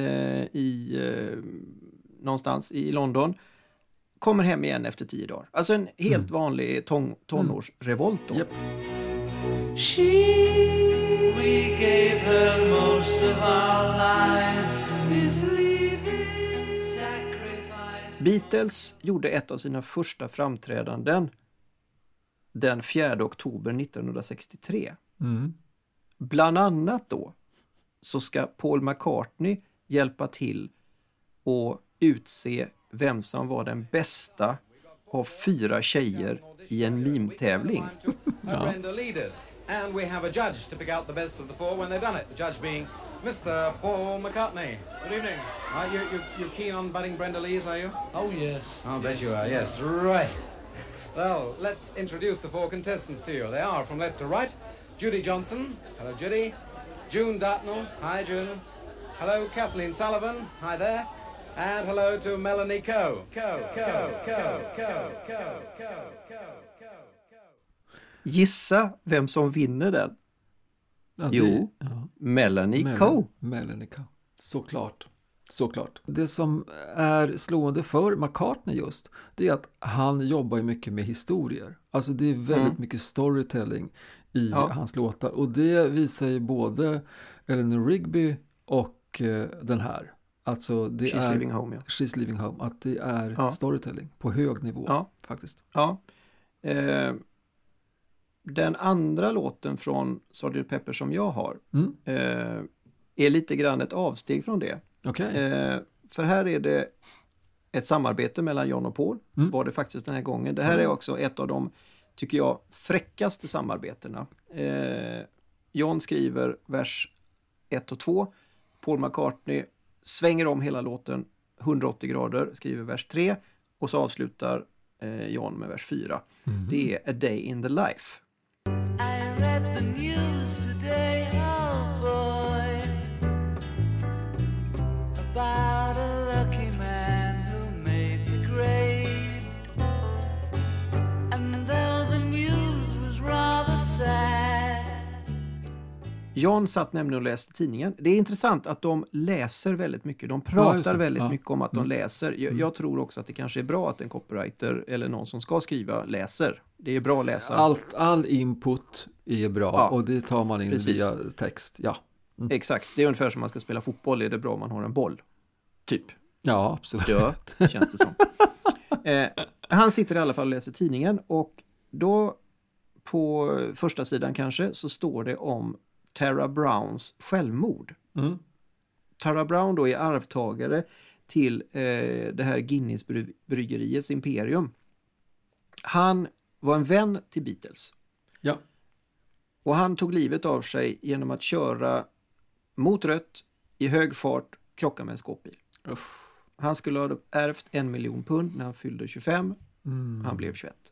någonstans i London. Kommer hem igen efter 10 dagar. Alltså en helt vanlig tonårsrevolt då. Yep. We gave her most of our lives. Is leaving sacrifice. Beatles gjorde ett av sina första framträdanden den 4 oktober 1963. Bland annat då så ska Paul McCartney hjälpa till och utse vem som var den bästa av 4 tjejer i en mimtävling. And we have a judge to pick out the best of the 4 when they've done it. The judge being Mr. Paul McCartney. Good evening. You keen on batting Brenda Lees, are you? Oh, yes. I'll bet you are, yes. Right. Well, let's introduce the 4 contestants to you. They are, from left to right, Judy Johnson. Hello, Judy. June Dartnell. Hi, June. Hello, Kathleen Sullivan. Hi there. And hello to Melanie Coe. Gissa vem som vinner den? Ja, Jo, Melanie Coe. Melanie Coe. Såklart. Det som är slående för McCartney just, det är att han jobbar ju mycket med historier. Alltså det är väldigt mycket storytelling i hans låtar. Och det visar ju både Eleanor Rigby och den här. Alltså det She's Leaving Home, ja. She's Leaving Home. Att det är storytelling på hög nivå faktiskt. Ja. Den andra låten från Sgt. Pepper som jag har är lite grann ett avsteg från det. Okay. För här är det ett samarbete mellan John och Paul. Var det faktiskt den här gången. Det här är också ett av de, tycker jag, fräckaste samarbetena. John skriver vers 1 och 2. Paul McCartney svänger om hela låten 180 grader, skriver vers 3 och så avslutar John med vers 4. Det är A Day in the Life. I read the news today, oh boy, about a lucky man who made the grade. And though the news was rather sad. John satt nämligen och läste tidningen. Det är intressant att de läser väldigt mycket. De pratar väldigt mycket om att de läser. Jag tror också att det kanske är bra att en copywriter eller någon som ska skriva läser. Det är bra att läsa. All input är bra och det tar man in via text. Ja. Exakt. Det är ungefär som man ska spela fotboll. Är det bra om man har en boll? Typ. Ja, absolut. Ja, känns det som. Han sitter i alla fall och läser tidningen och då på första sidan kanske så står det om Tara Browns självmord. Tara Brown då är arvtagare till det här Guinness-bryggeriets imperium. Han var en vän till Beatles. Ja. Och han tog livet av sig genom att köra mot rött i hög fart, krocka med en skåpbil. Han skulle ha ärvt 1 miljon pund när han fyllde 25. Han blev 21.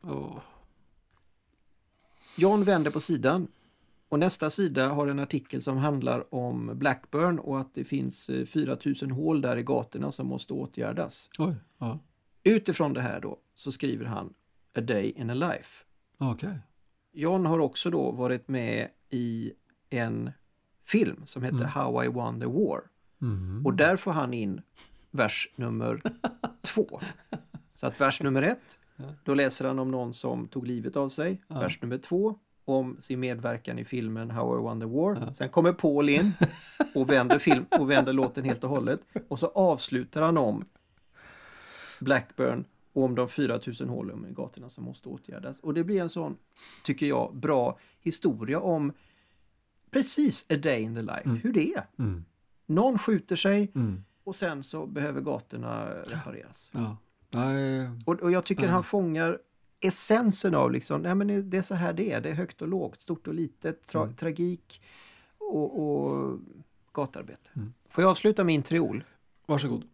John vände på sidan. Och nästa sida har en artikel som handlar om Blackburn och att det finns 4000 hål där i gatorna som måste åtgärdas. Oj, ja. Utifrån det här då så skriver han A Day in a Life. Okay. John har också då varit med i en film som heter How I Won the War. Och där får han in vers nummer 2. Så att vers nummer 1, då läser han om någon som tog livet av sig. Vers nummer 2 om sin medverkan i filmen How I Won the War. Sen kommer Paul in och vänder låten helt och hållet. Och så avslutar han om Blackburn och om de 4000 hålen i gatorna som måste åtgärdas. Och det blir en sån, tycker jag, bra historia om precis A Day in the Life. Hur det är. Någon skjuter sig och sen så behöver gatorna repareras. Ja. Och jag tycker han fångar essensen av liksom, nej men det är så här det är högt och lågt, stort och litet, tragik och gatarbete. Får jag avsluta min triol? Varsågod.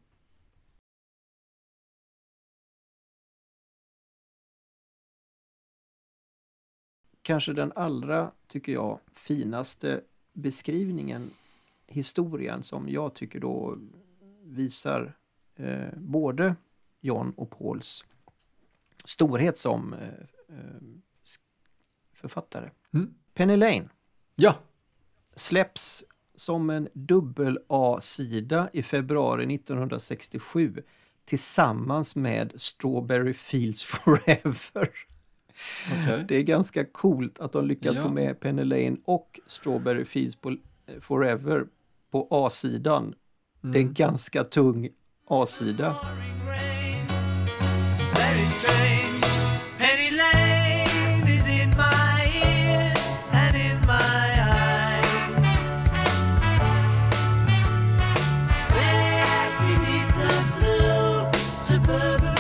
Kanske den allra, tycker jag, finaste beskrivningen, historien som jag tycker då visar både John och Pauls storhet som författare. Penny Lane. Ja. Släpps som en dubbel A-sida i februari 1967 tillsammans med Strawberry Fields Forever. Okay. Det är ganska coolt att de lyckas få med Penny Lane och Strawberry Fields Forever på A-sidan. Det är en ganska tung A-sida. Very strange. Penny Lane is in my ears and in my eyes. There beneath the blue suburban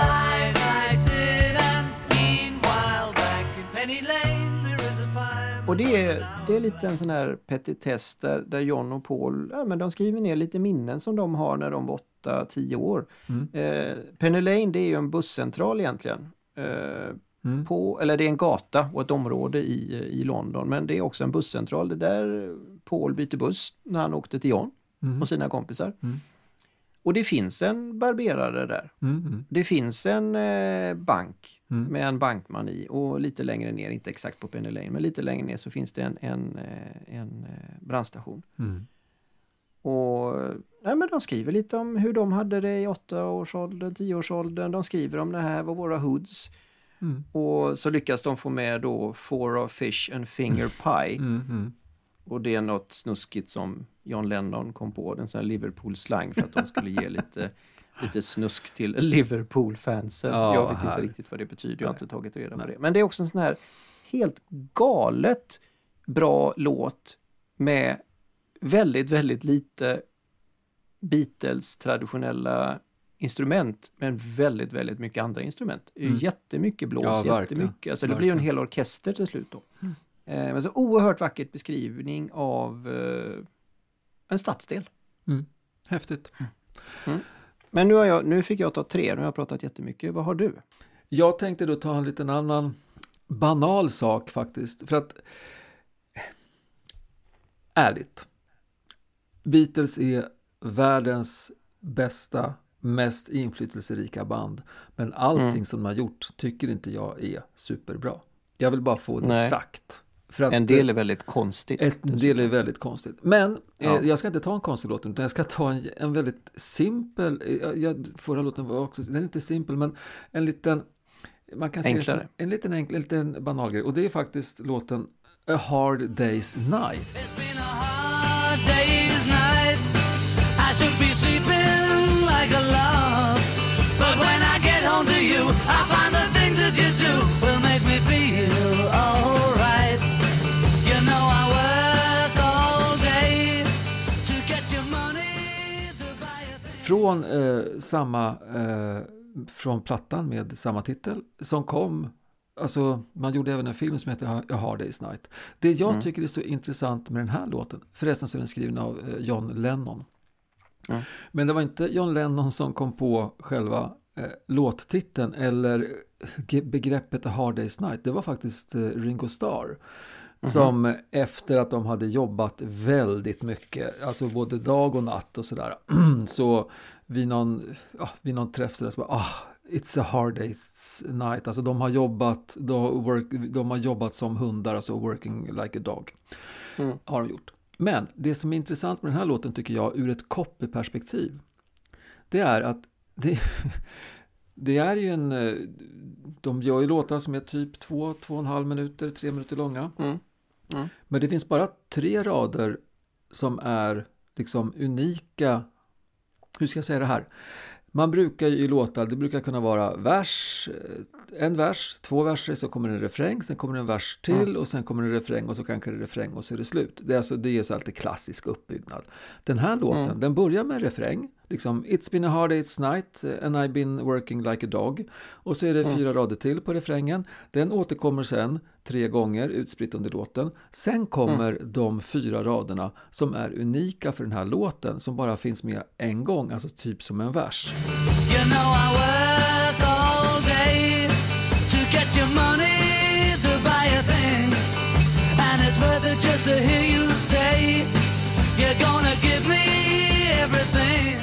skies I sit and meanwhile back in Penny Lane there is a fire. Och det är lite en sån här petitess där John och Paul, men de skriver ner lite minnen som de har när de var 8-10 år. Penny Lane, det är ju en busscentral egentligen. Eller det är en gata och ett område i London, men det är också en busscentral. Det där Paul byter buss när han åkte till John och sina kompisar. Och det finns en barberare där. Det finns en bank med en bankman i, och lite längre ner, inte exakt på Penny Lane, men lite längre ner så finns det en brandstation. Och men de skriver lite om hur de hade det i 8-årsåldern, 10-årsåldern. De skriver om det här var våra hoods. Och så lyckas de få med då 4 of fish and finger pie. Och det är något snuskigt som John Lennon kom på, den sån här Liverpool-slang, för att de skulle ge lite snusk till Liverpool-fansen. Jag vet inte riktigt vad det betyder, jag har inte tagit reda på det. Men det är också en sån här helt galet bra låt med väldigt, väldigt lite Beatles traditionella instrument, men väldigt, väldigt mycket andra instrument. Jättemycket blås, jättemycket. Alltså det blir ju en hel orkester till slut då. Men så oerhört vackert beskrivning av en stadsdel. Häftigt. Men nu fick jag ta 3, nu har jag pratat jättemycket. Vad har du? Jag tänkte då ta en liten annan banal sak faktiskt. För att, ärligt, Beatles är världens bästa, mest inflytelserika band. Men allting som de har gjort tycker inte jag är superbra. Jag vill bara få det sagt. För att en del är väldigt konstigt. En del är väldigt konstigt. Men jag ska inte ta en konstig låt, utan jag ska ta en väldigt simpel, förra låten var också, den är inte simpel, men en liten, man kan säga som en liten banal grej. Och det är faktiskt låten A Hard Day's Night. It's been a hard day's night. I should be sleeping like a log. But when I get home to you, I find the things that you do will make me feel alright. You know I work all day to get your money to buy a thing. Från plattan med samma titel som kom, alltså man gjorde även en film som heter A Hard Day's Night. Det jag tycker är så intressant med den här låten, förresten så är den skriven av John Lennon. Men det var inte John Lennon som kom på själva låttiteln eller begreppet A Hard Day's Night. Det var faktiskt Ringo Starr som efter att de hade jobbat väldigt mycket, alltså både dag och natt och sådär, så vid någon träff så bara, it's a hard day's night. Alltså de har jobbat som hundar, alltså working like a dog. Har de gjort. Men det som är intressant med den här låten tycker jag ur ett copy-perspektiv, det är att det är ju de gör ju låtar som är typ 2,5 minuter, 3 minuter långa. Men det finns bara 3 rader som är liksom unika. Hur ska jag säga det här? Man brukar ju i låtar, det brukar kunna vara en vers, 2 verser, så kommer en refräng, sen kommer en vers till och sen kommer en refräng och så kanske det är refräng och så är det slut. Det är så alltid klassisk uppbyggnad. Den här låten, den börjar med en refräng, liksom It's been a hard day's night and I've been working like a dog, och så är det 4 rader till på refrängen. Den återkommer sen 3 gånger utspritt under låten. Sen kommer de 4 raderna som är unika för den här låten, som bara finns med en gång, alltså typ som en vers. You know I work all day to get your money to buy a thing, and it's worth it just to hear you say you're gonna give me everything.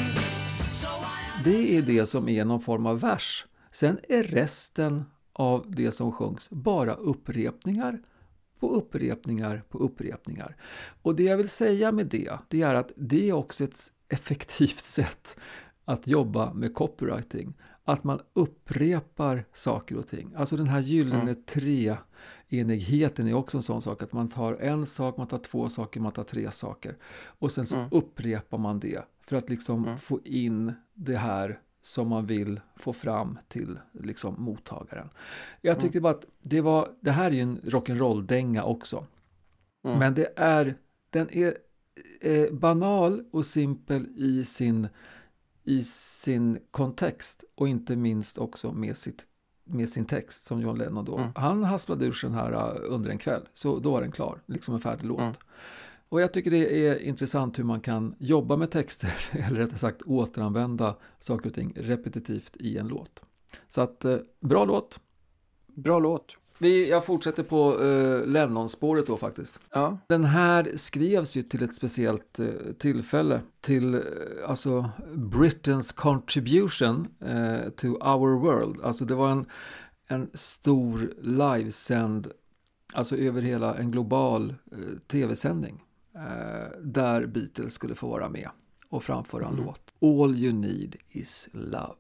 Det är det som är någon form av vers. Sen är resten av det som sjungs bara upprepningar på upprepningar på upprepningar. Och det jag vill säga med det är att det är också ett effektivt sätt att jobba med copywriting. Att man upprepar saker och ting. Alltså den här gyllene treenigheten är också en sån sak. Att man tar en sak, man tar 2 saker, man tar 3 saker. Och sen så upprepar man det. För att liksom få in det här som man vill få fram till liksom mottagaren. Jag tycker bara att det här är ju en rock'n'roll-dänga också. Men den är banal och simpel i sin kontext, och inte minst också med sitt med sin text som John Lennon då. Han hasslade ur den här under en kväll. Så då var den klar, liksom en färdig låt. Och jag tycker det är intressant hur man kan jobba med texter, eller rättare sagt återanvända saker och ting repetitivt i en låt. Så att, bra låt. Bra låt. Jag fortsätter på Lennon-spåret då faktiskt. Ja. Den här skrevs ju till ett speciellt tillfälle, till alltså Britain's contribution to our world. Alltså det var en stor livesänd, alltså över hela en global tv-sändning där Beatles skulle få vara med och framföra en låt. All you need is love.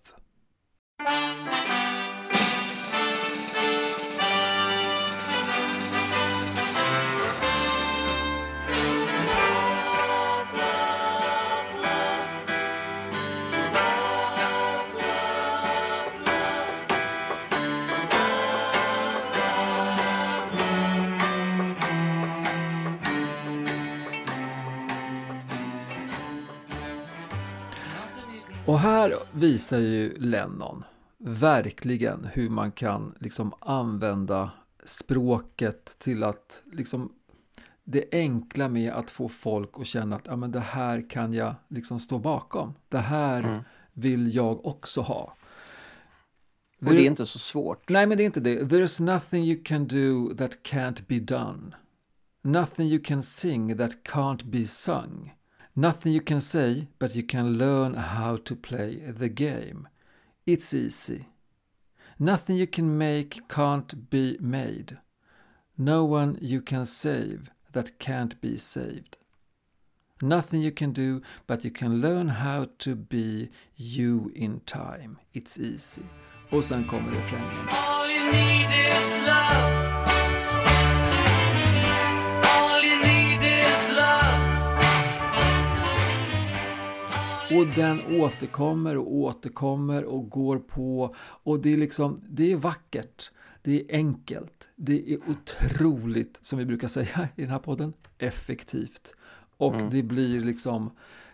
Och här visar ju Lennon verkligen hur man kan liksom använda språket till att liksom det enkla med att få folk att känna att ja, men det här kan jag liksom stå bakom. Det här vill jag också ha. Och det är inte så svårt. Nej, men det är inte det. There's nothing you can do that can't be done. Nothing you can sing that can't be sung. Nothing you can say, but you can learn how to play the game. It's easy. Nothing you can make can't be made. No one you can save that can't be saved. Nothing you can do, but you can learn how to be you in time. It's easy. Och sen kommer refrängen. All you need is love. All you need is love. Och den återkommer och går på. Och det är liksom, det är vackert. Det är enkelt. Det är otroligt, som vi brukar säga i den här podden, effektivt. Och det blir liksom,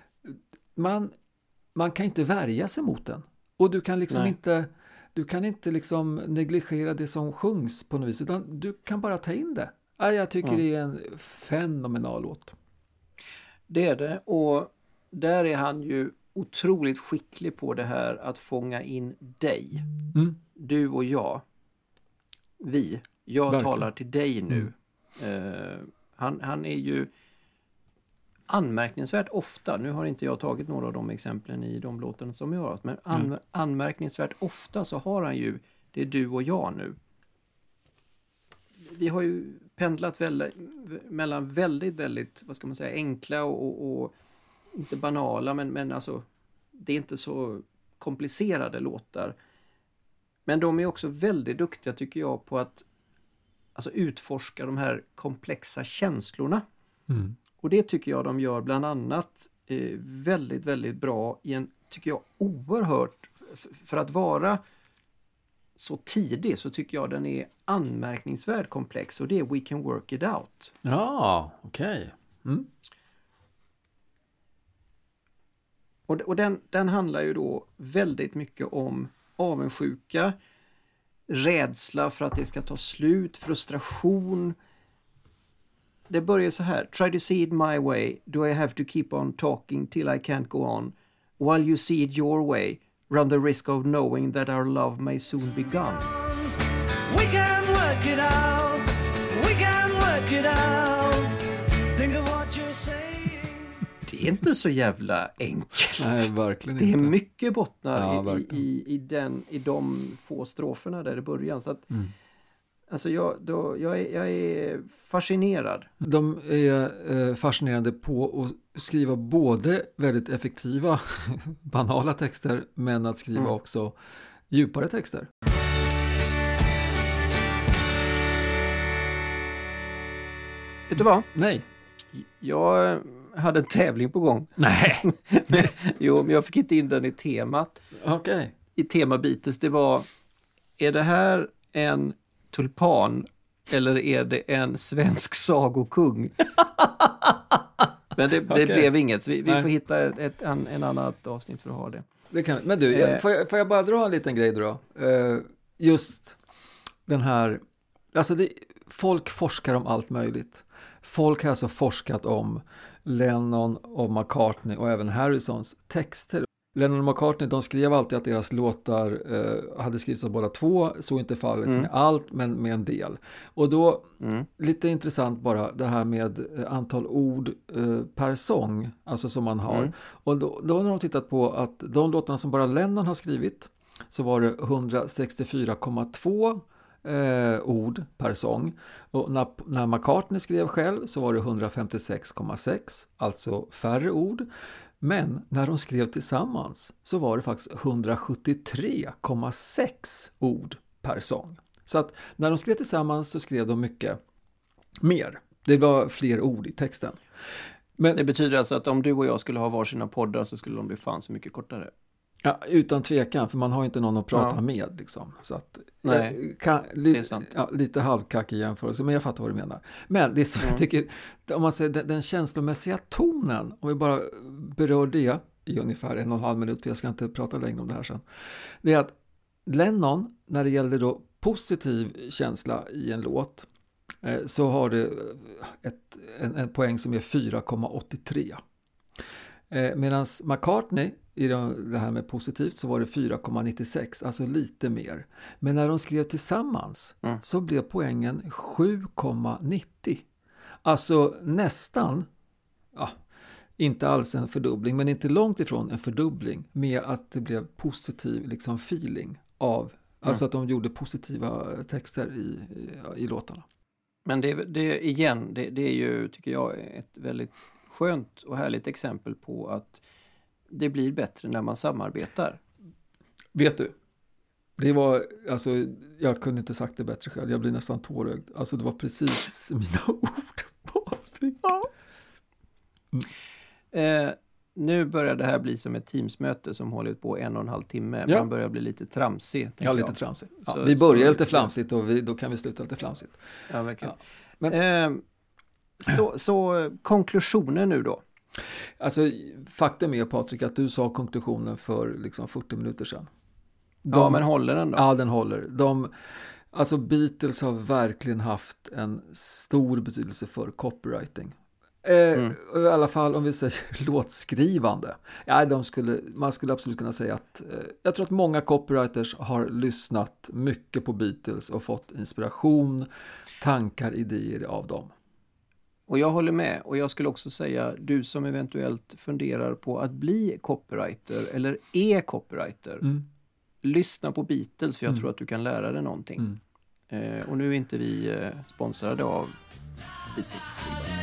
man kan inte värja sig mot den. Och du kan liksom inte liksom negligera det som sjungs på något vis, utan du kan bara ta in det. Jag tycker det är en fenomenal låt. Det är det, och där är han ju otroligt skicklig på det här att fånga in dig. Du och jag. Jag Verkligen. talar till dig nu. Han är ju anmärkningsvärt ofta, nu har inte jag tagit några av de exemplen i de låtarna som jag har haft, men anmärkningsvärt ofta så har han ju, det är du och jag nu. Vi har ju pendlat mellan väldigt, väldigt, vad ska man säga, enkla och inte banala, men alltså det är inte så komplicerade låtar. Men de är också väldigt duktiga, tycker jag, på att alltså utforska de här komplexa känslorna. Och det tycker jag de gör bland annat väldigt, väldigt bra i en, tycker jag, oerhört, för att vara så tidig så tycker jag den är anmärkningsvärt komplex, och det är We Can Work It Out. Ja, okej. Och den handlar ju då väldigt mycket om avundsjuka, rädsla för att det ska ta slut, frustration. Det börjar så här: Try to see it my way, do I have to keep on talking till I can't go on? While you see it your way, run the risk of knowing that our love may soon be gone. We can work it out. We can work it out. Think of what you're saying. Det är inte så jävla enkelt. Nej, verkligen Det är inte. mycket bottnar Ja, i de få stroferna där i början. Så att, alltså jag är fascinerad. De är fascinerande på att skriva både väldigt effektiva, banala texter, men att skriva också djupare texter. Vet du vad? Nej. Jag hade en tävling på gång. Nej. Jo, men jag fick inte in den i temat. Okej. I temabites, det var: är det här en tulpan eller är det en svensk sagokung? Men det blev inget, så vi får hitta en annat avsnitt för att ha det. Det kan, men du, får jag bara dra en liten grej då? just den här, alltså folk forskar om allt möjligt. Folk har alltså forskat om Lennon och McCartney och även Harrisons texter. Lennon och McCartney, de skrev alltid att deras låtar hade skrivits av båda två, så inte fallet med allt, men med en del. Och då, lite intressant bara, det här med antal ord per sång, alltså som man har. Och då har de tittat på att de låtarna som bara Lennon har skrivit, så var det 164,2 ord per sång. Och när McCartney skrev själv så var det 156,6, alltså färre ord. Men när de skrev tillsammans så var det faktiskt 173,6 ord per sång. Så att när de skrev tillsammans så skrev de mycket mer. Det var fler ord i texten. Men det betyder alltså att om du och jag skulle ha varsina poddar så skulle de bli fan så mycket kortare. Ja, utan tvekan, för man har inte någon att prata med liksom. Så att, nej, det är sant. Ja, lite halvkackig jämförelse, men jag fattar vad du menar. Men det är så jag tycker, om man säger den känslomässiga tonen, om vi bara berör det i ungefär 1,5 minut, för jag ska inte prata längre om det här sen. Det är att Lennon, när det gällde då positiv känsla i en låt, så har det en poäng som är 4,83. Medan McCartney i det här med positivt så var det 4,96, alltså lite mer. Men när de skrev tillsammans så blev poängen 7,90. Alltså nästan, inte alls en fördubbling, men inte långt ifrån en fördubbling, med att det blev positiv liksom feeling av, alltså att de gjorde positiva texter i låtarna. Men det är ju, tycker jag, ett väldigt skönt och härligt exempel på att det blir bättre när man samarbetar. Vet du, det var, alltså, jag kunde inte sagt det bättre själv. Jag blir nästan tårögd. Alltså det var precis mina ord. Nu börjar det här bli som ett teamsmöte som hållit på 1,5 timme. Ja. Man börjar bli lite tramsig. Ja, lite tramsigt. Ja, vi börjar lite flamsigt och då kan vi sluta lite flamsigt. Ja, verkligen. Ja. Men, så konklusionen nu då? Alltså faktum är, Patrik, att du sa konklusionen för liksom 40 minuter sedan. Ja, men håller den då? Ja, den håller. Alltså Beatles har verkligen haft en stor betydelse för copywriting. I alla fall om vi säger låtskrivande. Ja, man skulle absolut kunna säga att jag tror att många copywriters har lyssnat mycket på Beatles och fått inspiration, tankar, idéer av dem. Och jag håller med, och jag skulle också säga, du som eventuellt funderar på att bli copywriter eller är copywriter, lyssna på Beatles, för jag tror att du kan lära dig någonting. Och nu är inte vi sponsrade av Beatles.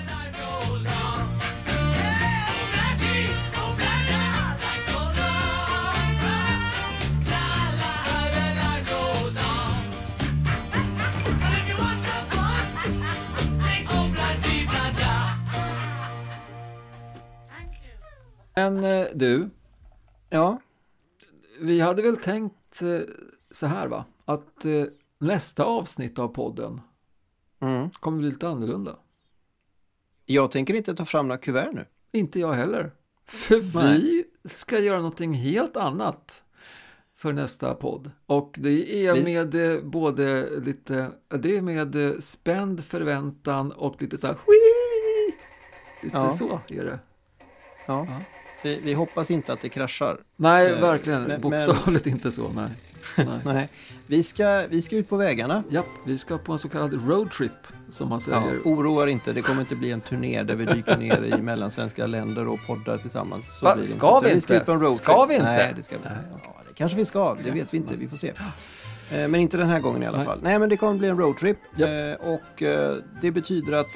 Men du, ja, vi hade väl tänkt så här, va? Att nästa avsnitt av podden kommer bli lite annorlunda. Jag tänker inte ta fram några kuvert nu. Inte jag heller. För vi ska göra någonting helt annat för nästa podd. Och det är med både lite, det är med spänd förväntan och lite så här, lite så är det. Ja. Vi hoppas inte att det kraschar. Nej, verkligen. Bokstavligt inte så, nej. Nej. Vi ska ut på vägarna. Ja, vi ska på en så kallad roadtrip, som man säger. Ja, oroa inte, det kommer inte bli en turné där vi dyker ner i mellansvenska länder och poddar tillsammans. Så blir det ska inte. Vi inte? Ska ut på en roadtrip. Ska vi inte? Nej, det ska vi. Ja, det kanske vi ska, det vet vi inte, vi får se. Men inte den här gången i alla fall. Nej, men det kommer bli en roadtrip. Yep. Och det betyder att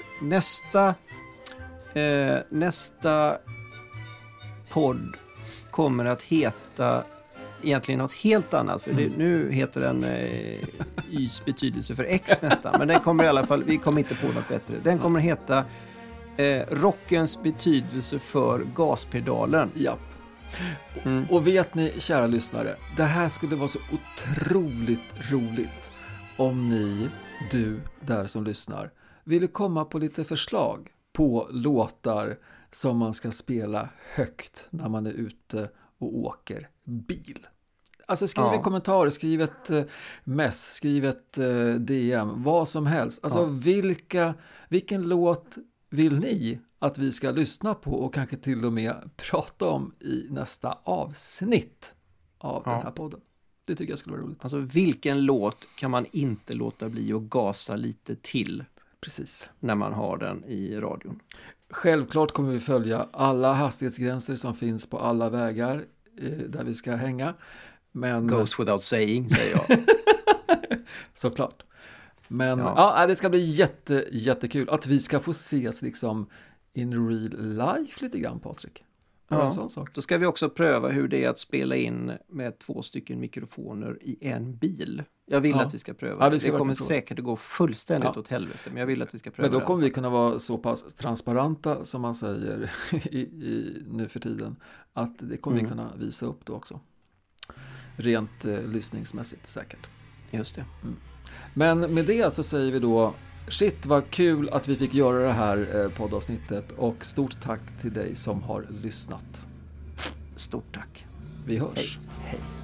nästa podd kommer att heta egentligen något helt annat, för nu heter den Ys betydelse för X nästan, men den kommer i alla fall, vi kommer inte på något bättre. Den kommer heta rockens betydelse för gaspedalen. Ja. Och vet ni, kära lyssnare, det här skulle vara så otroligt roligt om du där som lyssnar, ville komma på lite förslag på låtar som man ska spela högt när man är ute och åker bil. Alltså skriv en kommentar, skriv ett mess, skriv ett DM, vad som helst. Alltså vilken låt vill ni att vi ska lyssna på och kanske till och med prata om i nästa avsnitt av den här podden. Det tycker jag skulle vara roligt. Alltså vilken låt kan man inte låta bli att gasa lite till? Precis. När man har den i radion. Självklart kommer vi följa alla hastighetsgränser som finns på alla vägar där vi ska hänga. Men... Goes without saying, säger jag. Såklart. Men det ska bli jättekul att vi ska få ses liksom in real life lite grann, Patrik. En sån sak. Då ska vi också pröva hur det är att spela in med 2 stycken mikrofoner i en bil. Jag vill att vi ska pröva. Det kommer säkert att gå fullständigt åt helvete, men jag vill att vi ska pröva. Men då kommer vi kunna vara så pass transparenta som man säger nu för tiden, att det kommer vi kunna visa upp då också. Rent lyssningsmässigt säkert. Just det. Men med det så säger vi då shit vad kul att vi fick göra det här poddavsnittet, och stort tack till dig som har lyssnat. Stort tack. Vi hörs. Hej.